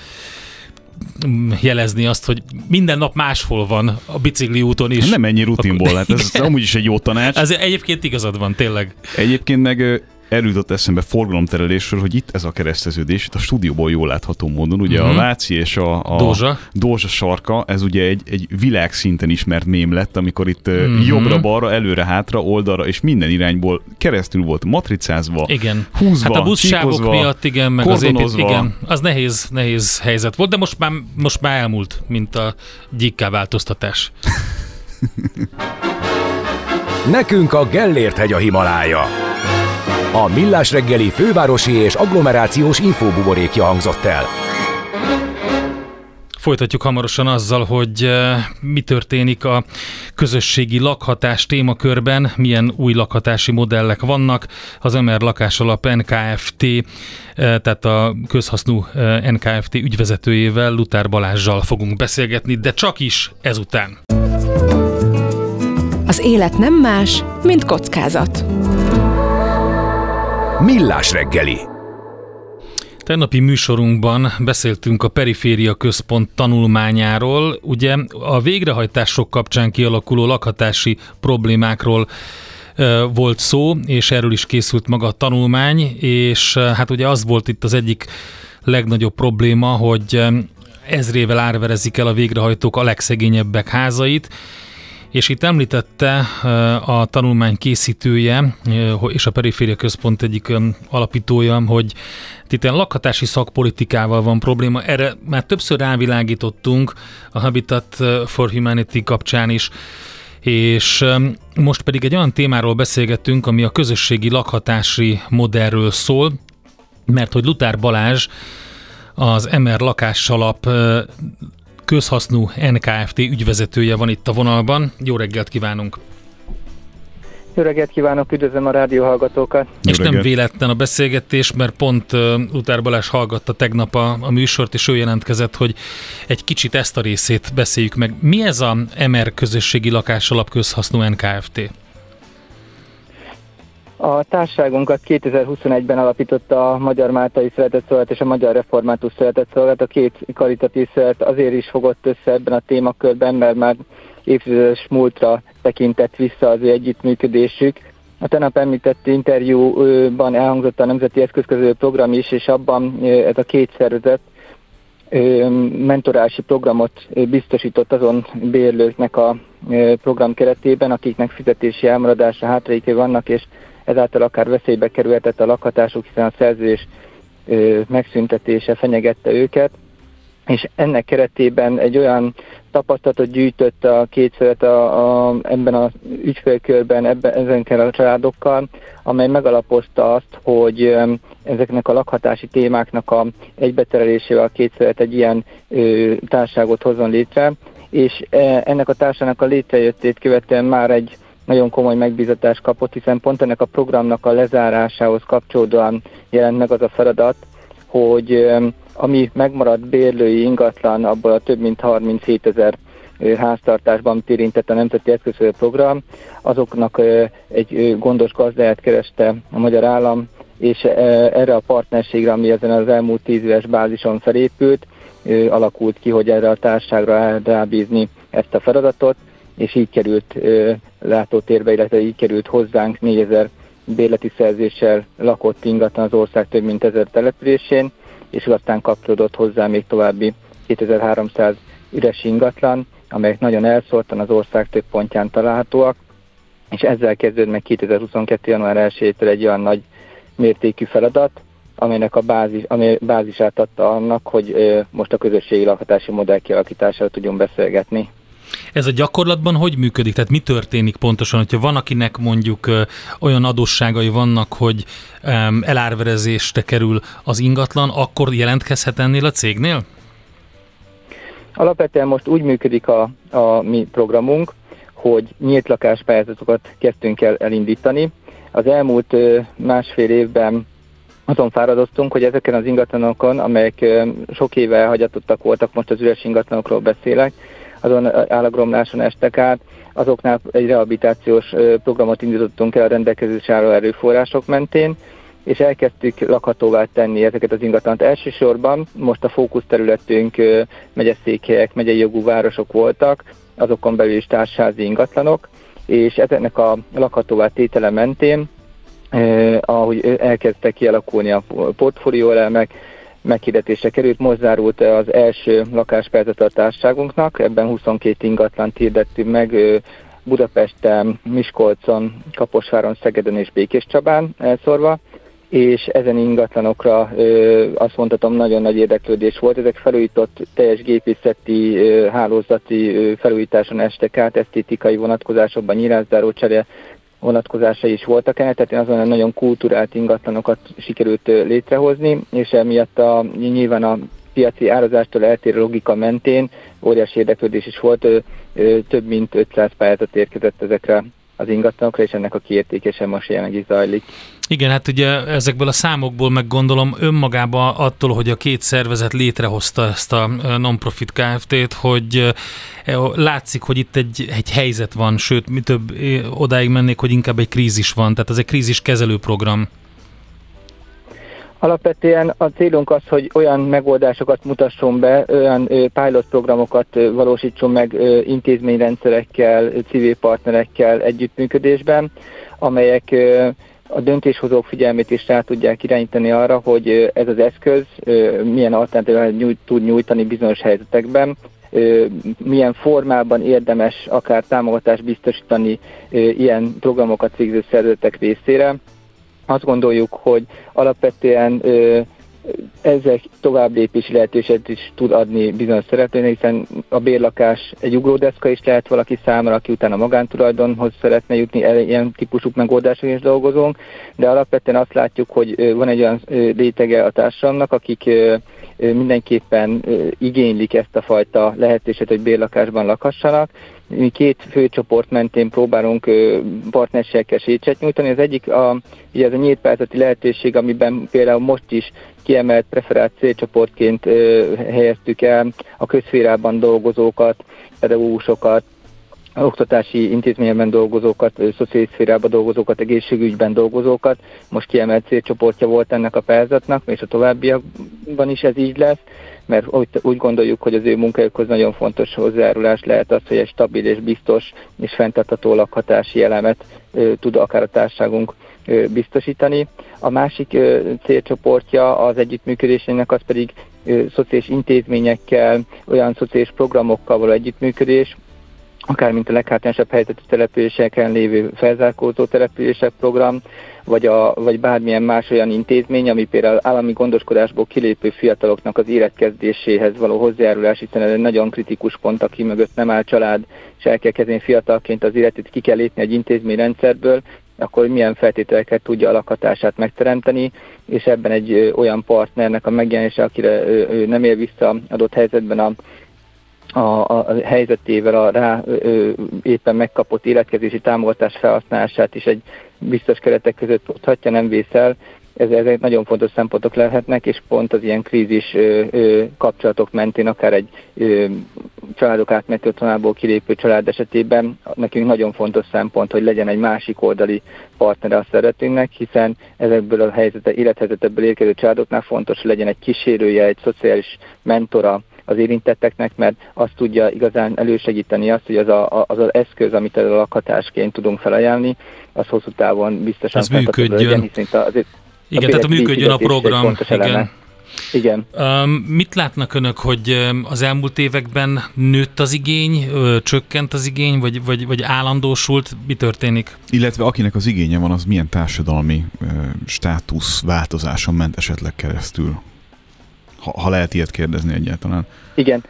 jelezni azt, hogy minden nap máshol van a bicikli úton is. Nem ennyi rutinból, hát ez amúgy is egy jó tanács. Ez egyébként igazad van, tényleg. Egyébként meg eljutott eszembe forgalomterelésről, hogy itt ez a kereszteződés, itt a stúdióból jól látható módon, ugye mm-hmm. a Váci és a, a Dózsa. Dózsa sarka, ez ugye egy, egy világszinten ismert mém lett, amikor itt mm-hmm. jobbra-balra, előre-hátra, oldalra, és minden irányból keresztül volt matricázva, igen. húzva, hát a buszsávok miatt, igen, meg az épít, igen, az nehéz, nehéz helyzet volt, de most már, most már elmúlt, mint a gyíkká változtatás. Nekünk a Gellért-hegy a Himalája. A Millás reggeli fővárosi és agglomerációs infóbuborékja hangzott el. Folytatjuk hamarosan azzal, hogy mi történik a közösségi lakhatás témakörben, milyen új lakhatási modellek vannak. Az Ömer Lakásalap en ká ef té, tehát a közhasznú en ká ef té ügyvezetőjével, Lutár Balázssal fogunk beszélgetni, de csak is ezután. Az élet nem más, mint kockázat. Millás reggeli. Tegnapi műsorunkban beszéltünk a Periféria Központ tanulmányáról. Ugye a végrehajtások kapcsán kialakuló lakhatási problémákról e, volt szó, és erről is készült maga a tanulmány, és e, hát ugye az volt itt az egyik legnagyobb probléma, hogy ezrével árverezik el a végrehajtók a legszegényebbek házait, És itt említette a tanulmány készítője és a Periféria Központ egyik alapítója, hogy itt ilyen lakhatási szakpolitikával van probléma. Erre már többször rávilágítottunk a Habitat for Humanity kapcsán is, és most pedig egy olyan témáról beszélgettünk, ami a közösségi lakhatási modellről szól, mert hogy Lutár Balázs, az em er Lakásalap közhasznú en ká ef té ügyvezetője van itt a vonalban. Jó reggelt kívánunk! Jó reggelt kívánok, üdvözlöm a rádióhallgatókat! És nem véletlen a beszélgetés, mert pont Lutár Balázs hallgatta tegnap a, a műsort, és ő jelentkezett, hogy egy kicsit ezt a részét beszéljük meg. Mi ez a em er Közösségi Lakásalap közhasznú en ká ef té? A társaságunkat kétezer-huszonegyben alapította a Magyar Máltai Szeretetszolgálat és a Magyar Református Szeretetszolgálat. A két karitatív szövet azért is fogott össze ebben a témakörben, mert már évtizedes múltra tekintett vissza az ő együttműködésük. A tegnap említett interjúban elhangzott a Nemzeti Eszközkezelő Program is, és abban ez a két szervezet mentorási programot biztosított azon bérlőknek a program keretében, akiknek fizetési elmaradása, hátralékei vannak, és ezáltal akár veszélybe kerülhetett a lakhatásuk, hiszen a szerződés megszüntetése fenyegette őket. És ennek keretében egy olyan tapasztalatot gyűjtött a két szövet a, a, ebben az ügyfélkörben, ebben, ezenkel a családokkal, amely megalapozta azt, hogy ezeknek a lakhatási témáknak a egybeterelésével a két szövet egy ilyen ö, társaságot hozzon létre, és e, ennek a társaságnak a létrejöttét követően már egy nagyon komoly megbízatást kapott, hiszen pont ennek a programnak a lezárásához kapcsolódóan jelent meg az a feladat, hogy ami megmaradt bérlői ingatlan, abból a több mint harminchétezer háztartásban, amit érintett a Nemzeti Eszközkezelő Program, azoknak egy gondos gazdáját kereste a magyar állam, és erre a partnerségre, ami ezen az elmúlt tíz éves bázison felépült, alakult ki, hogy erre a társaságra rábízni ezt a feladatot, és így került látótérbe, illetve így került hozzánk négyezer bérleti szerzéssel lakott ingatlan az ország több mint ezer településén, és aztán kapcsolódott hozzá még további kétezer-háromszáz üres ingatlan, amelyek nagyon elszórtan az ország több pontján találhatóak, és ezzel kezdődött meg kétezer-huszonkettő. január elsejétől egy olyan nagy mértékű feladat, amelynek a bázis, amely bázisát adta annak, hogy most a közösségi lakhatási modell kialakítására tudjunk beszélgetni. Ez a gyakorlatban hogy működik? Tehát mi történik pontosan, hogyha van, akinek mondjuk ö, olyan adósságai vannak, hogy ö, elárverezésre kerül az ingatlan, akkor jelentkezhet ennél a cégnél? Alapvetően most úgy működik a, a mi programunk, hogy nyílt lakáspályázatokat kezdtünk el elindítani. Az elmúlt ö, másfél évben azon fáradoztunk, hogy ezeken az ingatlanokon, amelyek ö, sok éve elhagyatottak voltak, most az üres ingatlanokról beszélek, azon állagromláson estek át, azoknál egy rehabilitációs programot indítottunk el a rendelkezésre álló erőforrások mentén, és elkezdtük lakhatóvá tenni ezeket az ingatlant. Elsősorban most a fókuszterületünk megyeszékhelyek, megyei jogú városok voltak, azokon belül is társasházi ingatlanok, és ezeknek a lakhatóvá tétele mentén, eh, ahogy elkezdtek kialakulni a portfólióelemek, meghirdetésre került, most zárult az első lakáspályázata a társaságunknak, ebben huszonkét ingatlant hirdettünk meg Budapesten, Miskolcon, Kaposváron, Szegeden és Békéscsabán elszórva, és ezen ingatlanokra azt mondhatom, nagyon nagy érdeklődés volt. Ezek felújított, teljes gépészeti, hálózati felújításon estek át, esztétikai vonatkozásokban, nyílászáró csere vonatkozásai is voltak el, tehát én azon nagyon kulturált ingatlanokat sikerült létrehozni, és emiatt a, nyilván a piaci árazástól eltérő logika mentén óriási érdeklődés is volt, több mint ötszáz pályázat érkezett ezekre az ingatlanokra, és ennek a kiértékése most jelenleg zajlik. Igen, hát ugye ezekből a számokból meggondolom önmagában attól, hogy a két szervezet létrehozta ezt a non-profit Kft-t, hogy látszik, hogy itt egy, egy helyzet van, sőt, mi több odáig mennék, hogy inkább egy krízis van, tehát ez egy kríziskezelő program. Alapvetően a célunk az, hogy olyan megoldásokat mutasson be, olyan pilot programokat valósítson meg intézményrendszerekkel, civil partnerekkel együttműködésben, amelyek a döntéshozók figyelmét is rá tudják irányítani arra, hogy ez az eszköz milyen alternatívát tud nyújtani bizonyos helyzetekben. milyen formában érdemes akár támogatást biztosítani ilyen programokat végző szervezetek részére. Azt gondoljuk, hogy alapvetően ezek továbblépési lehetőséget is tud adni bizonyos szereplőnek, hiszen a bérlakás egy ugródeszka is lehet valaki számára, aki utána magántulajdonhoz szeretne jutni, ilyen típusú megoldások is dolgozunk, de alapvetően azt látjuk, hogy van egy olyan rétege a társadalomnak, akik mindenképpen igénylik ezt a fajta lehetőséget, hogy bérlakásban lakhassanak. Mi két fő csoport mentén próbálunk partnerségekkel segítséget nyújtani. Az egyik a, ugye ez a nyílt pályázati lehetőség, amiben például most is kiemelt preferált célcsoportként helyeztük el a közszférában dolgozókat, pedagógusokat, oktatási intézményben dolgozókat, szociális szférában dolgozókat, egészségügyben dolgozókat. Most kiemelt célcsoportja volt ennek a pályázatnak, és a továbbiakban is ez így lesz, mert úgy gondoljuk, hogy az ő munkájukhoz nagyon fontos hozzájárulás lehet az, hogy egy stabil és biztos és fenntartható lakhatási elemet tud akár a társaságunk biztosítani. A másik célcsoportja az együttműködésének az pedig szociális intézményekkel, olyan szociális programokkal való együttműködés, akár mint a leghátrányosabb helyzetű településeken lévő felzárkózó települések program, vagy, a, vagy bármilyen más olyan intézmény, ami például állami gondoskodásból kilépő fiataloknak az életkezdéséhez való hozzájárulás, hiszen ez egy nagyon kritikus pont, aki mögött nem áll család, és el kell kezdeni fiatalként az életét, ki kell lépni egy intézményrendszerből, akkor milyen feltételeket tudja a lakhatását megteremteni, és ebben egy olyan partnernek a megjelenése, akire ő nem él vissza adott helyzetben a A, a helyzetével a rá ö, éppen megkapott életkezési támogatás felhasználását is egy biztos keretek között tudhatja, nem vészel. Ez, ezek nagyon fontos szempontok lehetnek, és pont az ilyen krízis ö, ö, kapcsolatok mentén, akár egy ö, családok átmeneti otthonából kilépő család esetében nekünk nagyon fontos szempont, hogy legyen egy másik oldali partnere a szeretőnknek, hiszen ezekből a helyzete, élethelyzetekből érkező családoknál fontos, hogy legyen egy kísérője, egy szociális mentora az érintetteknek, mert azt tudja igazán elősegíteni azt, hogy az a, az, az eszköz, amit a lakhatásként tudunk felajánlani, az hosszú távon biztosan ez működjön. Legyen, azért igen, tehát működjön a program. Igen. Igen. Um, mit látnak önök, hogy az elmúlt években nőtt az igény, csökkent az igény, vagy, vagy, vagy állandósult? Mi történik? Illetve akinek az igénye van, az milyen társadalmi uh, státusz változáson ment esetleg keresztül? Ha, ha lehet ilyet kérdezni egyáltalán. Igen.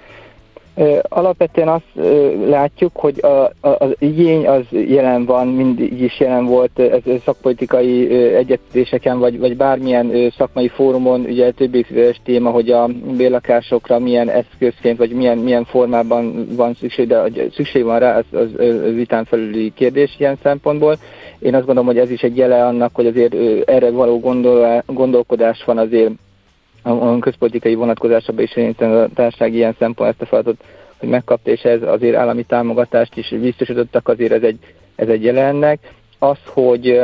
Alapvetően azt látjuk, hogy a, a, az igény az jelen van, mindig is jelen volt ez szakpolitikai egyeztetéseken, vagy, vagy bármilyen szakmai fórumon, ugye többé szíves téma, hogy a bérlakásokra milyen eszközként, vagy milyen, milyen formában van szükség, de szükség van rá, az, az, az vitán felüli kérdés ilyen szempontból. Én azt gondolom, hogy ez is egy jele annak, hogy azért erre való gondol, gondolkodás van azért a közpolitikai vonatkozásában is, szerintem a társaság ilyen szempont ezt a feladatot, hogy megkapta, és ez azért állami támogatást is biztosítottak, azért ez egy, ez egy jelennek. Az, hogy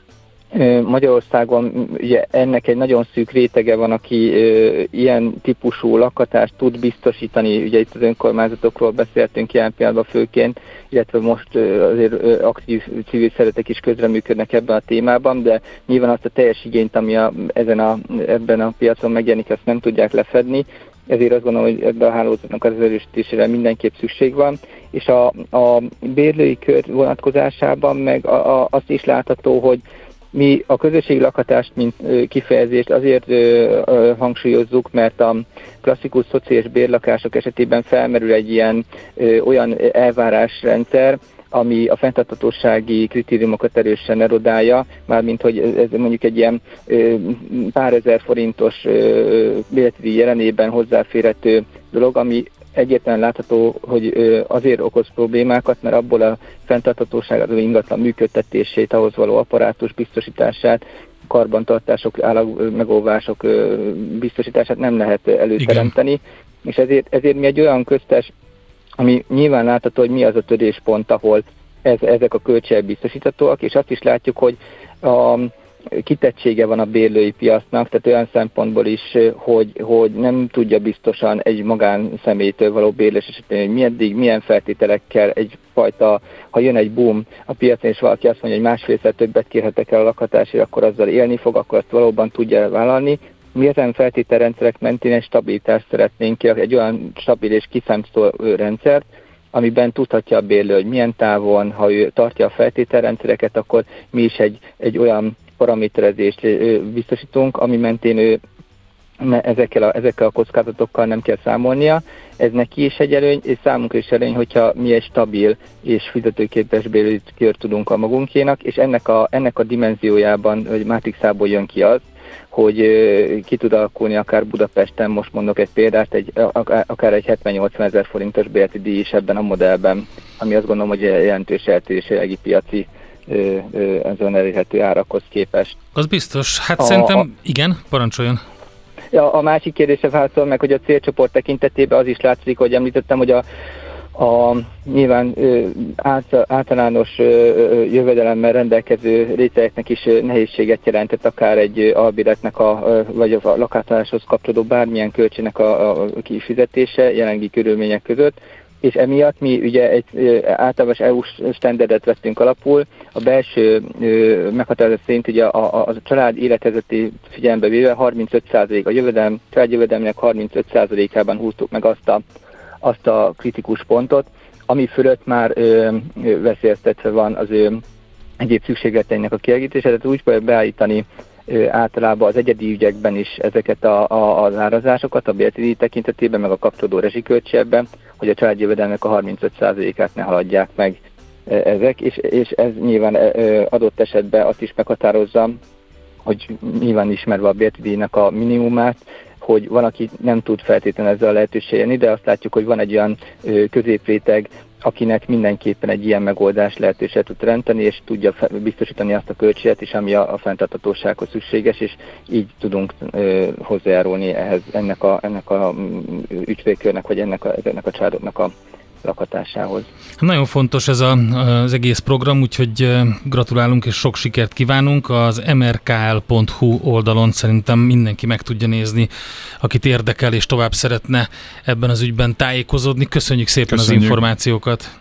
Magyarországon ugye ennek egy nagyon szűk rétege van, aki ö, ilyen típusú lakhatást tud biztosítani, ugye itt az önkormányzatokról beszéltünk ilyen pillanatban főként, illetve most ö, azért ö, aktív civil szervezetek is közreműködnek ebben a témában, de nyilván azt a teljes igényt, ami a, ezen a, ebben a piacon megjelenik, azt nem tudják lefedni, ezért azt gondolom, hogy ebben a hálózatnak az erősítésére mindenképp szükség van, és a, a bérlői kör vonatkozásában meg a, a, azt is látható, hogy mi a közösségi lakhatást, mint kifejezést azért ö, ö, hangsúlyozzuk, mert a klasszikus szociális bérlakások esetében felmerül egy ilyen ö, olyan elvárásrendszer, ami a fenntarthatósági kritériumokat erősen erodálja, mármint hogy ez mondjuk egy ilyen ö, pár ezer forintos bérleti jelenében hozzáférhető dolog, ami egyértelműen látható, hogy azért okoz problémákat, mert abból a fenntarthatóság, az ingatlan működtetését, ahhoz való apparátus biztosítását, karbantartások, állag megóvások biztosítását nem lehet előteremteni. Igen. És ezért, ezért mi egy olyan köztes, ami nyilván látható, hogy mi az a töréspont, ahol ez, ezek a költségek biztosíthatóak, és azt is látjuk, hogy a kitettsége van a bérlői piacnak, tehát olyan szempontból is, hogy, hogy nem tudja biztosan egy magánszemélytől való bérlés esetén, hogy milyen, milyen feltételekkel egyfajta, ha jön egy boom a piacon, és valaki azt mondja, hogy másfélszer többet kérhetek el a lakhatásért, akkor azzal élni fog, akkor azt valóban tudja vállalni. Mi ezen feltételrendszerek mentén egy stabilitást szeretnénk, egy olyan stabil és kiszámítható rendszert, amiben tudhatja a bérlő, hogy milyen távon, ha ő tartja a feltételrendszereket, akkor mi is egy, egy olyan paraméterezést biztosítunk, ami mentén ő ezekkel a, ezekkel a kockázatokkal nem kell számolnia. Ez neki is egy előny, és számunkra is előny, hogyha mi egy stabil és fizetőképes bérlőkört tudunk a magunkénak, és ennek a, ennek a dimenziójában, hogy Matrixából jön ki az, hogy ki tud alakulni akár Budapesten, most mondok egy példát, egy, akár egy hetven-nyolcvan ezer forintos bérleti díj is ebben a modellben, ami azt gondolom, hogy jelentős eltérés a piaci ezen elérhető árakhoz képest. Az biztos. Hát a, szerintem, a, igen, parancsoljon. A, a másik kérdésre válaszol meg, hogy a célcsoport tekintetében az is látszik, hogy említettem, hogy a A nyilván ö, át, általános ö, jövedelemmel rendelkező rétegeknek is ö, nehézséget jelentett, akár egy ö, albéletnek a, ö, vagy a lakátálláshoz kapcsolódó bármilyen költségnek a, a kifizetése jelenlegi körülmények között, és emiatt mi ugye egy ö, általános é u-s standardet vettünk alapul, a belső ö, meghatározás szerint ugye a, a, a család élethelyzetét figyelembe véve harmincöt százalék, a jövedelem, család jövedelmének harmincöt százalékában húztuk meg azt a azt a kritikus pontot, ami fölött már ö, ö, veszélyeztetve van az ő egyéb szükségleteinek a kielégítése, tehát úgy kell beállítani ö, általában az egyedi ügyekben is ezeket a, a, az árazásokat, a bérleti tekintetében, meg a kapcsolódó rezsiköltségben, hogy a családjövedelmek a harmincöt százalékát ne haladják meg ö, ezek, és, és ez nyilván ö, adott esetben azt is meghatározza, hogy nyilván ismerve a bérleti a minimumát, hogy van, aki nem tud feltétlenül ezzel a lehetőséggel élni, de azt látjuk, hogy van egy olyan ö, középréteg, akinek mindenképpen egy ilyen megoldás lehetőséget tud teremteni, és tudja biztosítani azt a költséget is, ami a, a fenntarthatósághoz szükséges, és így tudunk ö, hozzájárulni ehhez, ennek a, ennek a ügyfélkörnek, vagy ennek a, ennek a családoknak a lakhatásához. Nagyon fontos ez a, az egész program, úgyhogy gratulálunk és sok sikert kívánunk. Az em er ká el pont hú oldalon szerintem mindenki meg tudja nézni, akit érdekel és tovább szeretne ebben az ügyben tájékozódni. Köszönjük szépen Köszönjük. az információkat.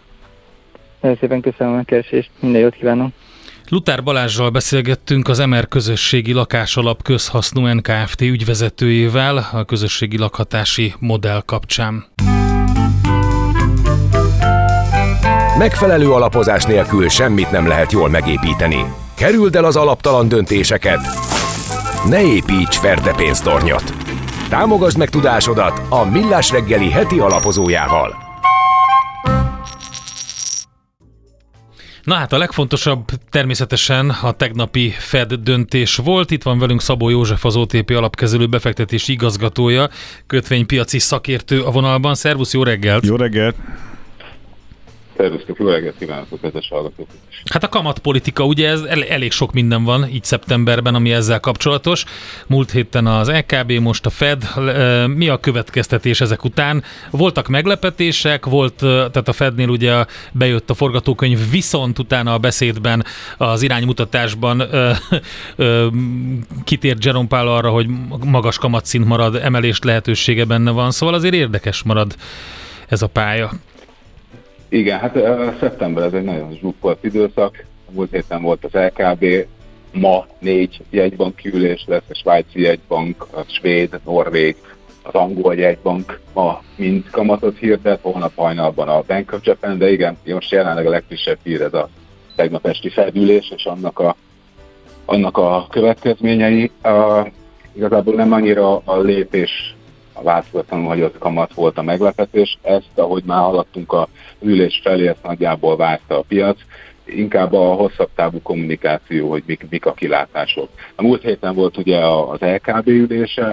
Nagyon szépen köszönöm a megkeresést, minden jót kívánok. Lutár Balázssal beszélgettünk, az em er Közösségi Lakásalap Közhasznú en ká ef té ügyvezetőjével a közösségi lakhatási modell kapcsán. Megfelelő alapozás nélkül semmit nem lehet jól megépíteni. Kerüld el az alaptalan döntéseket. Ne építs ferdepénztornyot. Támogasd meg tudásodat a Millás reggeli heti alapozójával. Na hát a legfontosabb természetesen a tegnapi Fed döntés volt. Itt van velünk Szabó József, az o té pé alapkezelő befektetési igazgatója, kötvénypiaci szakértő a vonalban. Szervusz, jó reggelt! Jó reggelt! Szervusztok, jó reggelt kívánok a kedves hallgatóknak is. Hát a kamatpolitika, ugye ez el, elég sok minden van így szeptemberben, ami ezzel kapcsolatos. Múlt héten az é ká bé, most a Fed. Mi a következtetés ezek után? Voltak meglepetések, volt, tehát a Fednél ugye bejött a forgatókönyv, viszont utána a beszédben, az iránymutatásban ö, ö, kitért Jerome Powell arra, hogy magas kamatszint marad, emelés lehetősége benne van, szóval azért érdekes marad ez a pálya. Igen, hát uh, szeptember ez egy nagyon zsúfolt időszak. Múlt héten volt az é ká bé, ma négy jegybanki ülés lesz, a svájci jegybank, a svéd, a norvég, az angol jegybank ma mind kamatot hirdet, holnap hajnalban a Bank of Japan, de igen, most jelenleg a legfrissebb hír ez a tegnap esti Fed ülés, és annak a, annak a következményei. Uh, igazából nem annyira a lépés, a változatlanul hagyott kamat volt a meglepetés. Ezt, ahogy már haladtunk a ülés felé, ezt nagyjából várta a piac. Inkább a hosszabb távú kommunikáció, hogy mik, mik a kilátások. A múlt héten volt ugye az é ká bé ülése.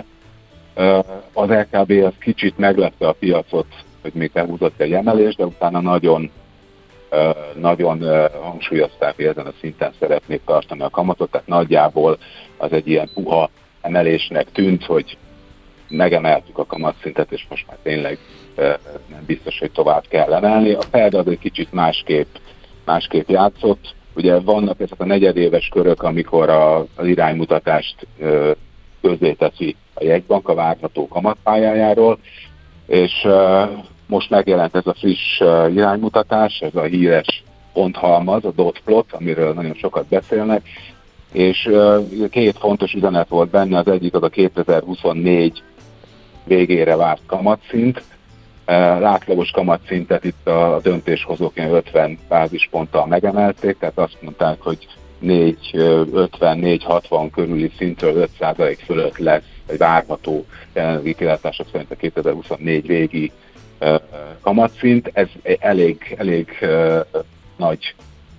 Az é ká bé az kicsit meglepte a piacot, hogy még behúzott egy emelést, de utána nagyon, nagyon hangsúlyozták, hogy ezen a szinten szeretnék tartani a kamatot. Tehát nagyjából az egy ilyen puha emelésnek tűnt, hogy megemeltük a kamatszintet, és most már tényleg nem biztos, hogy tovább kell emelni. A Fed az egy kicsit másképp, másképp játszott. Ugye vannak ezek a negyedéves körök, amikor a, az iránymutatást közzéteszi a jegybank a várható kamatpályájáról, és most megjelent ez a friss iránymutatás, ez a híres ponthalmaz, a dot plot, amiről nagyon sokat beszélnek. és két fontos üzenet volt benne, az egyik az a kétezer-huszonnégy végére várt kamatszint. Látlagos kamatszintet itt a döntéshozók ötven bázisponttal megemelték, tehát azt mondták, hogy négy ötven négy hatvan körüli szintről öt százalék fölött lesz egy várható jelenlegi kilátások szerint a kétezer-huszonnégy végi kamatszint. Ez elég, elég nagy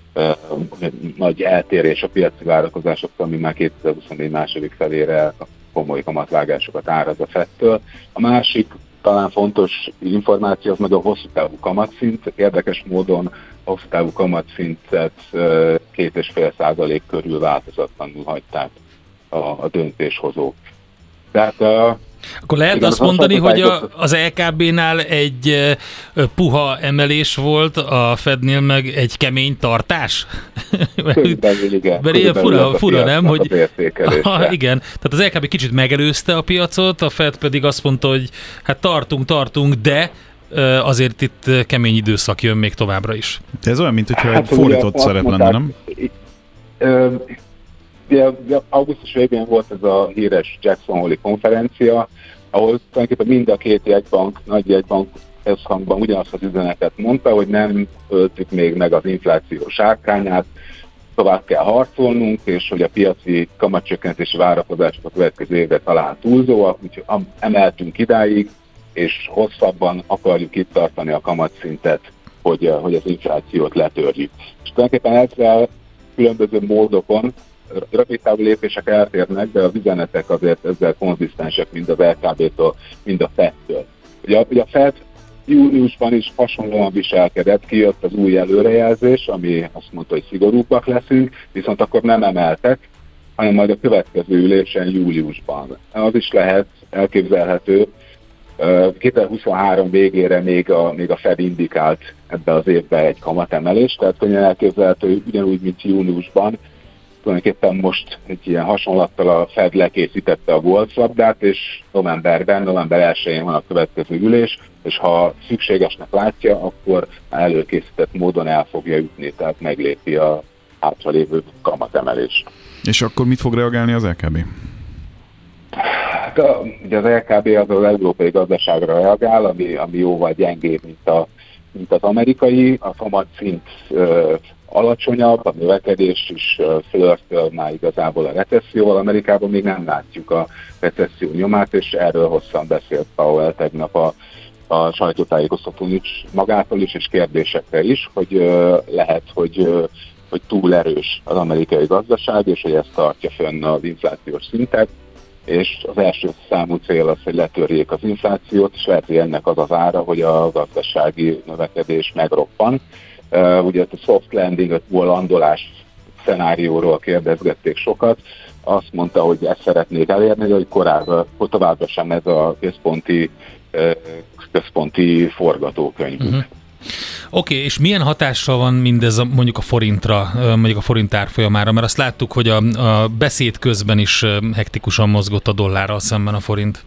nagy eltérés a piaci várakozásoktól, ami már kétezer-huszonnégy második felére komoly kamatvágásokat áraz a Fedtől. A másik talán fontos információ az meg a hosszú távú kamatszint. Érdekes módon a hosszú távú kamatszintet két és fél százalék körül változatlanul hagyták a, a döntéshozók. Tehát akkor lehet igen, azt mondani, hogy a, az é ká bé-nál egy uh, puha emelés volt, a Fednél meg egy kemény tartás? Körülbelül igen. Mert ilyen fura, fura nem? Hogy, aha, igen, tehát az é ká bé kicsit megelőzte a piacot, a Fed pedig azt mondta, hogy hát tartunk, tartunk, de uh, azért itt kemény időszak jön még továbbra is. De ez olyan, mint hogyha hát, egy fordított szerep lenne, nem? Ö, Ugye, augusztus végén volt ez a híres Jackson Hole-i konferencia, ahol tulajdonképpen mind a két jegybank, nagy jegybank összhangban ugyanazt az üzenetet mondta, hogy nem öltük még meg az infláció sárkányát, tovább kell harcolnunk, és hogy a piaci kamatcsökkentési várakozások a következő évre talán túlzóak, úgyhogy emeltünk idáig, és hosszabban akarjuk itt tartani a kamatszintet, hogy, hogy az inflációt letörjük. És tulajdonképpen ezzel különböző módokon rövid távú lépések eltérnek, de az üzenetek azért ezzel konzisztensek, mind az é ká bé-től, mind a Fedtől. Ugye, ugye a Fed júniusban is hasonlóan viselkedett, kijött az új előrejelzés, ami azt mondta, hogy szigorúbbak leszünk, viszont akkor nem emeltek, hanem majd a következő ülésen júliusban. Az is lehet elképzelhető, kétezer-huszonhárom végére még a, még a Fed indikált ebbe az évben egy kamatemelést, tehát könnyen elképzelhető, ugyanúgy, mint júniusban, tulajdonképpen most egy ilyen hasonlattal a Fed lekészítette a golclabdát, és novemberben, november elsején van a következő ülés, és ha szükségesnek látja, akkor előkészített módon el fogja ütni, tehát meglépi a hátralévő kamatemelést. És akkor mit fog reagálni az é ká bé? Hát a, ugye az é ká bé az az európai gazdaságra reagál, ami, ami jóval gyengébb, mint, a, mint az amerikai. A kamatszint alacsonyabb, a növekedés is flörtöl már igazából a recesszióval. Amerikában még nem látjuk a recesszió nyomát, és erről hosszan beszélt Powell tegnap a, a sajtótájékoztatón is magától is, és kérdésekre is, hogy uh, lehet, hogy, uh, hogy túl erős az amerikai gazdaság, és hogy ez tartja fönn az inflációs szintet, és az első számú cél az, hogy letörjék az inflációt, és lehet, hogy ennek az az ára, hogy a gazdasági növekedés megroppan. Uh, ugye a soft landing, a landolás szenárióról kérdezgették sokat. Azt mondta, hogy ezt szeretnék elérni, de hogy korábban, továbbra sem ez a központi, uh, központi forgatókönyv. Uh-huh. Oké, okay, és milyen hatással van mindez a, mondjuk a forintra, mondjuk a forint árfolyamára? Mert azt láttuk, hogy a, a beszéd közben is hektikusan mozgott a dollárral szemben a forint.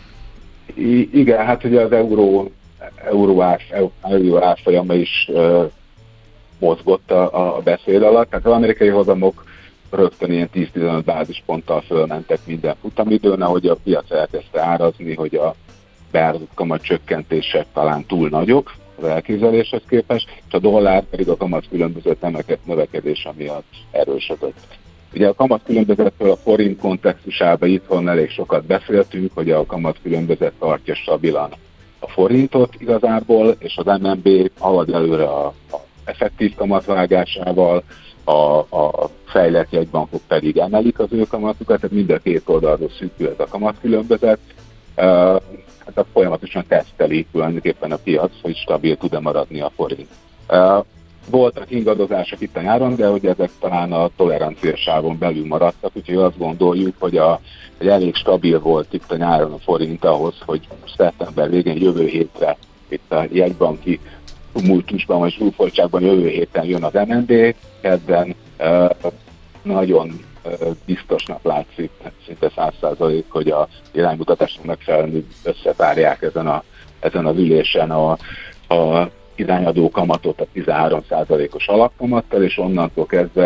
I- igen, hát ugye az euró, euró, ár, euró árfolyama is uh, mozgott a, a beszéd alatt. Tehát az amerikai hozamok rögtön ilyen tíz-tizenöt bázisponttal fölmentek minden futamidőn, ahogy a piac elkezdte árazni, hogy a beárazott kamat csökkentések talán túl nagyok az elképzeléshez képest, és a dollár pedig a kamat különbözött növekedése miatt erősödött. Ugye a kamat különbözetről a forint kontextusában itthon elég sokat beszéltünk, hogy a kamat különbözet tartja stabilan a forintot igazából, és az em en bé halad előre a, a effektív kamatvágásával, a, a fejlett jegybankok pedig emelik az ő kamatukat, tehát mind a két oldalról szűkül ez a kamatkülönbözet. Uh, hát a folyamatosan teszteli tulajdonképpen a piac, hogy stabil tud-e maradni a forint. Uh, voltak ingadozások itt a nyáron, de ugye ezek talán a tolerancia sávon belül maradtak, úgyhogy azt gondoljuk, hogy, a, hogy elég stabil volt itt a nyáron a forint ahhoz, hogy szeptember végén jövő hétre itt a jegybanki tumultusban vagy zsúfoltságban jövő héten jön az em en bé, ebben uh, nagyon uh, biztosnak látszik, szinte száz százalék, hogy a iránymutatásnak megfelelően összetárják ezen, a, ezen az ülésen a, a irányadó kamatot a tizenhárom százalékos alapkamattal, és onnantól kezdve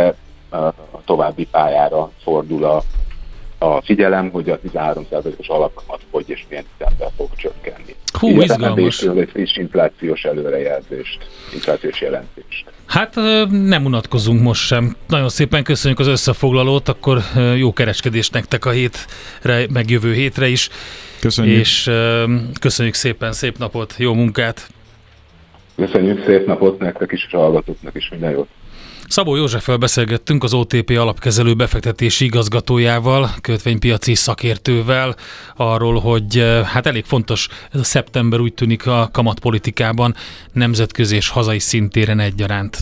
a további pályára fordul a, a figyelem, hogy a tizenhárom százalékos alapkamat hogy és milyen ütemben fog csökkenni. Hú, így izgalmas. Egy friss inflációs előrejelzést, inflációs jelentést. Hát nem unatkozunk most sem. Nagyon szépen köszönjük az összefoglalót, akkor jó kereskedést nektek a hétre, meg jövő hétre is. Köszönjük. És köszönjük szépen, szép napot, jó munkát. Köszönjük, szép napot nektek is, és a hallgatóknak is, minden jót. Szabó Józseffel beszélgettünk, az o té pé alapkezelő befektetési igazgatójával, kötvénypiaci szakértővel arról, hogy hát elég fontos ez a szeptember, úgy tűnik a kamatpolitikában nemzetközi és hazai szintéren egyaránt.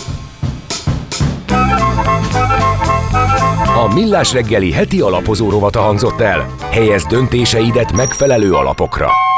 A Millás reggeli heti alapozó rovata hangzott el. Helyezd döntéseidet megfelelő alapokra.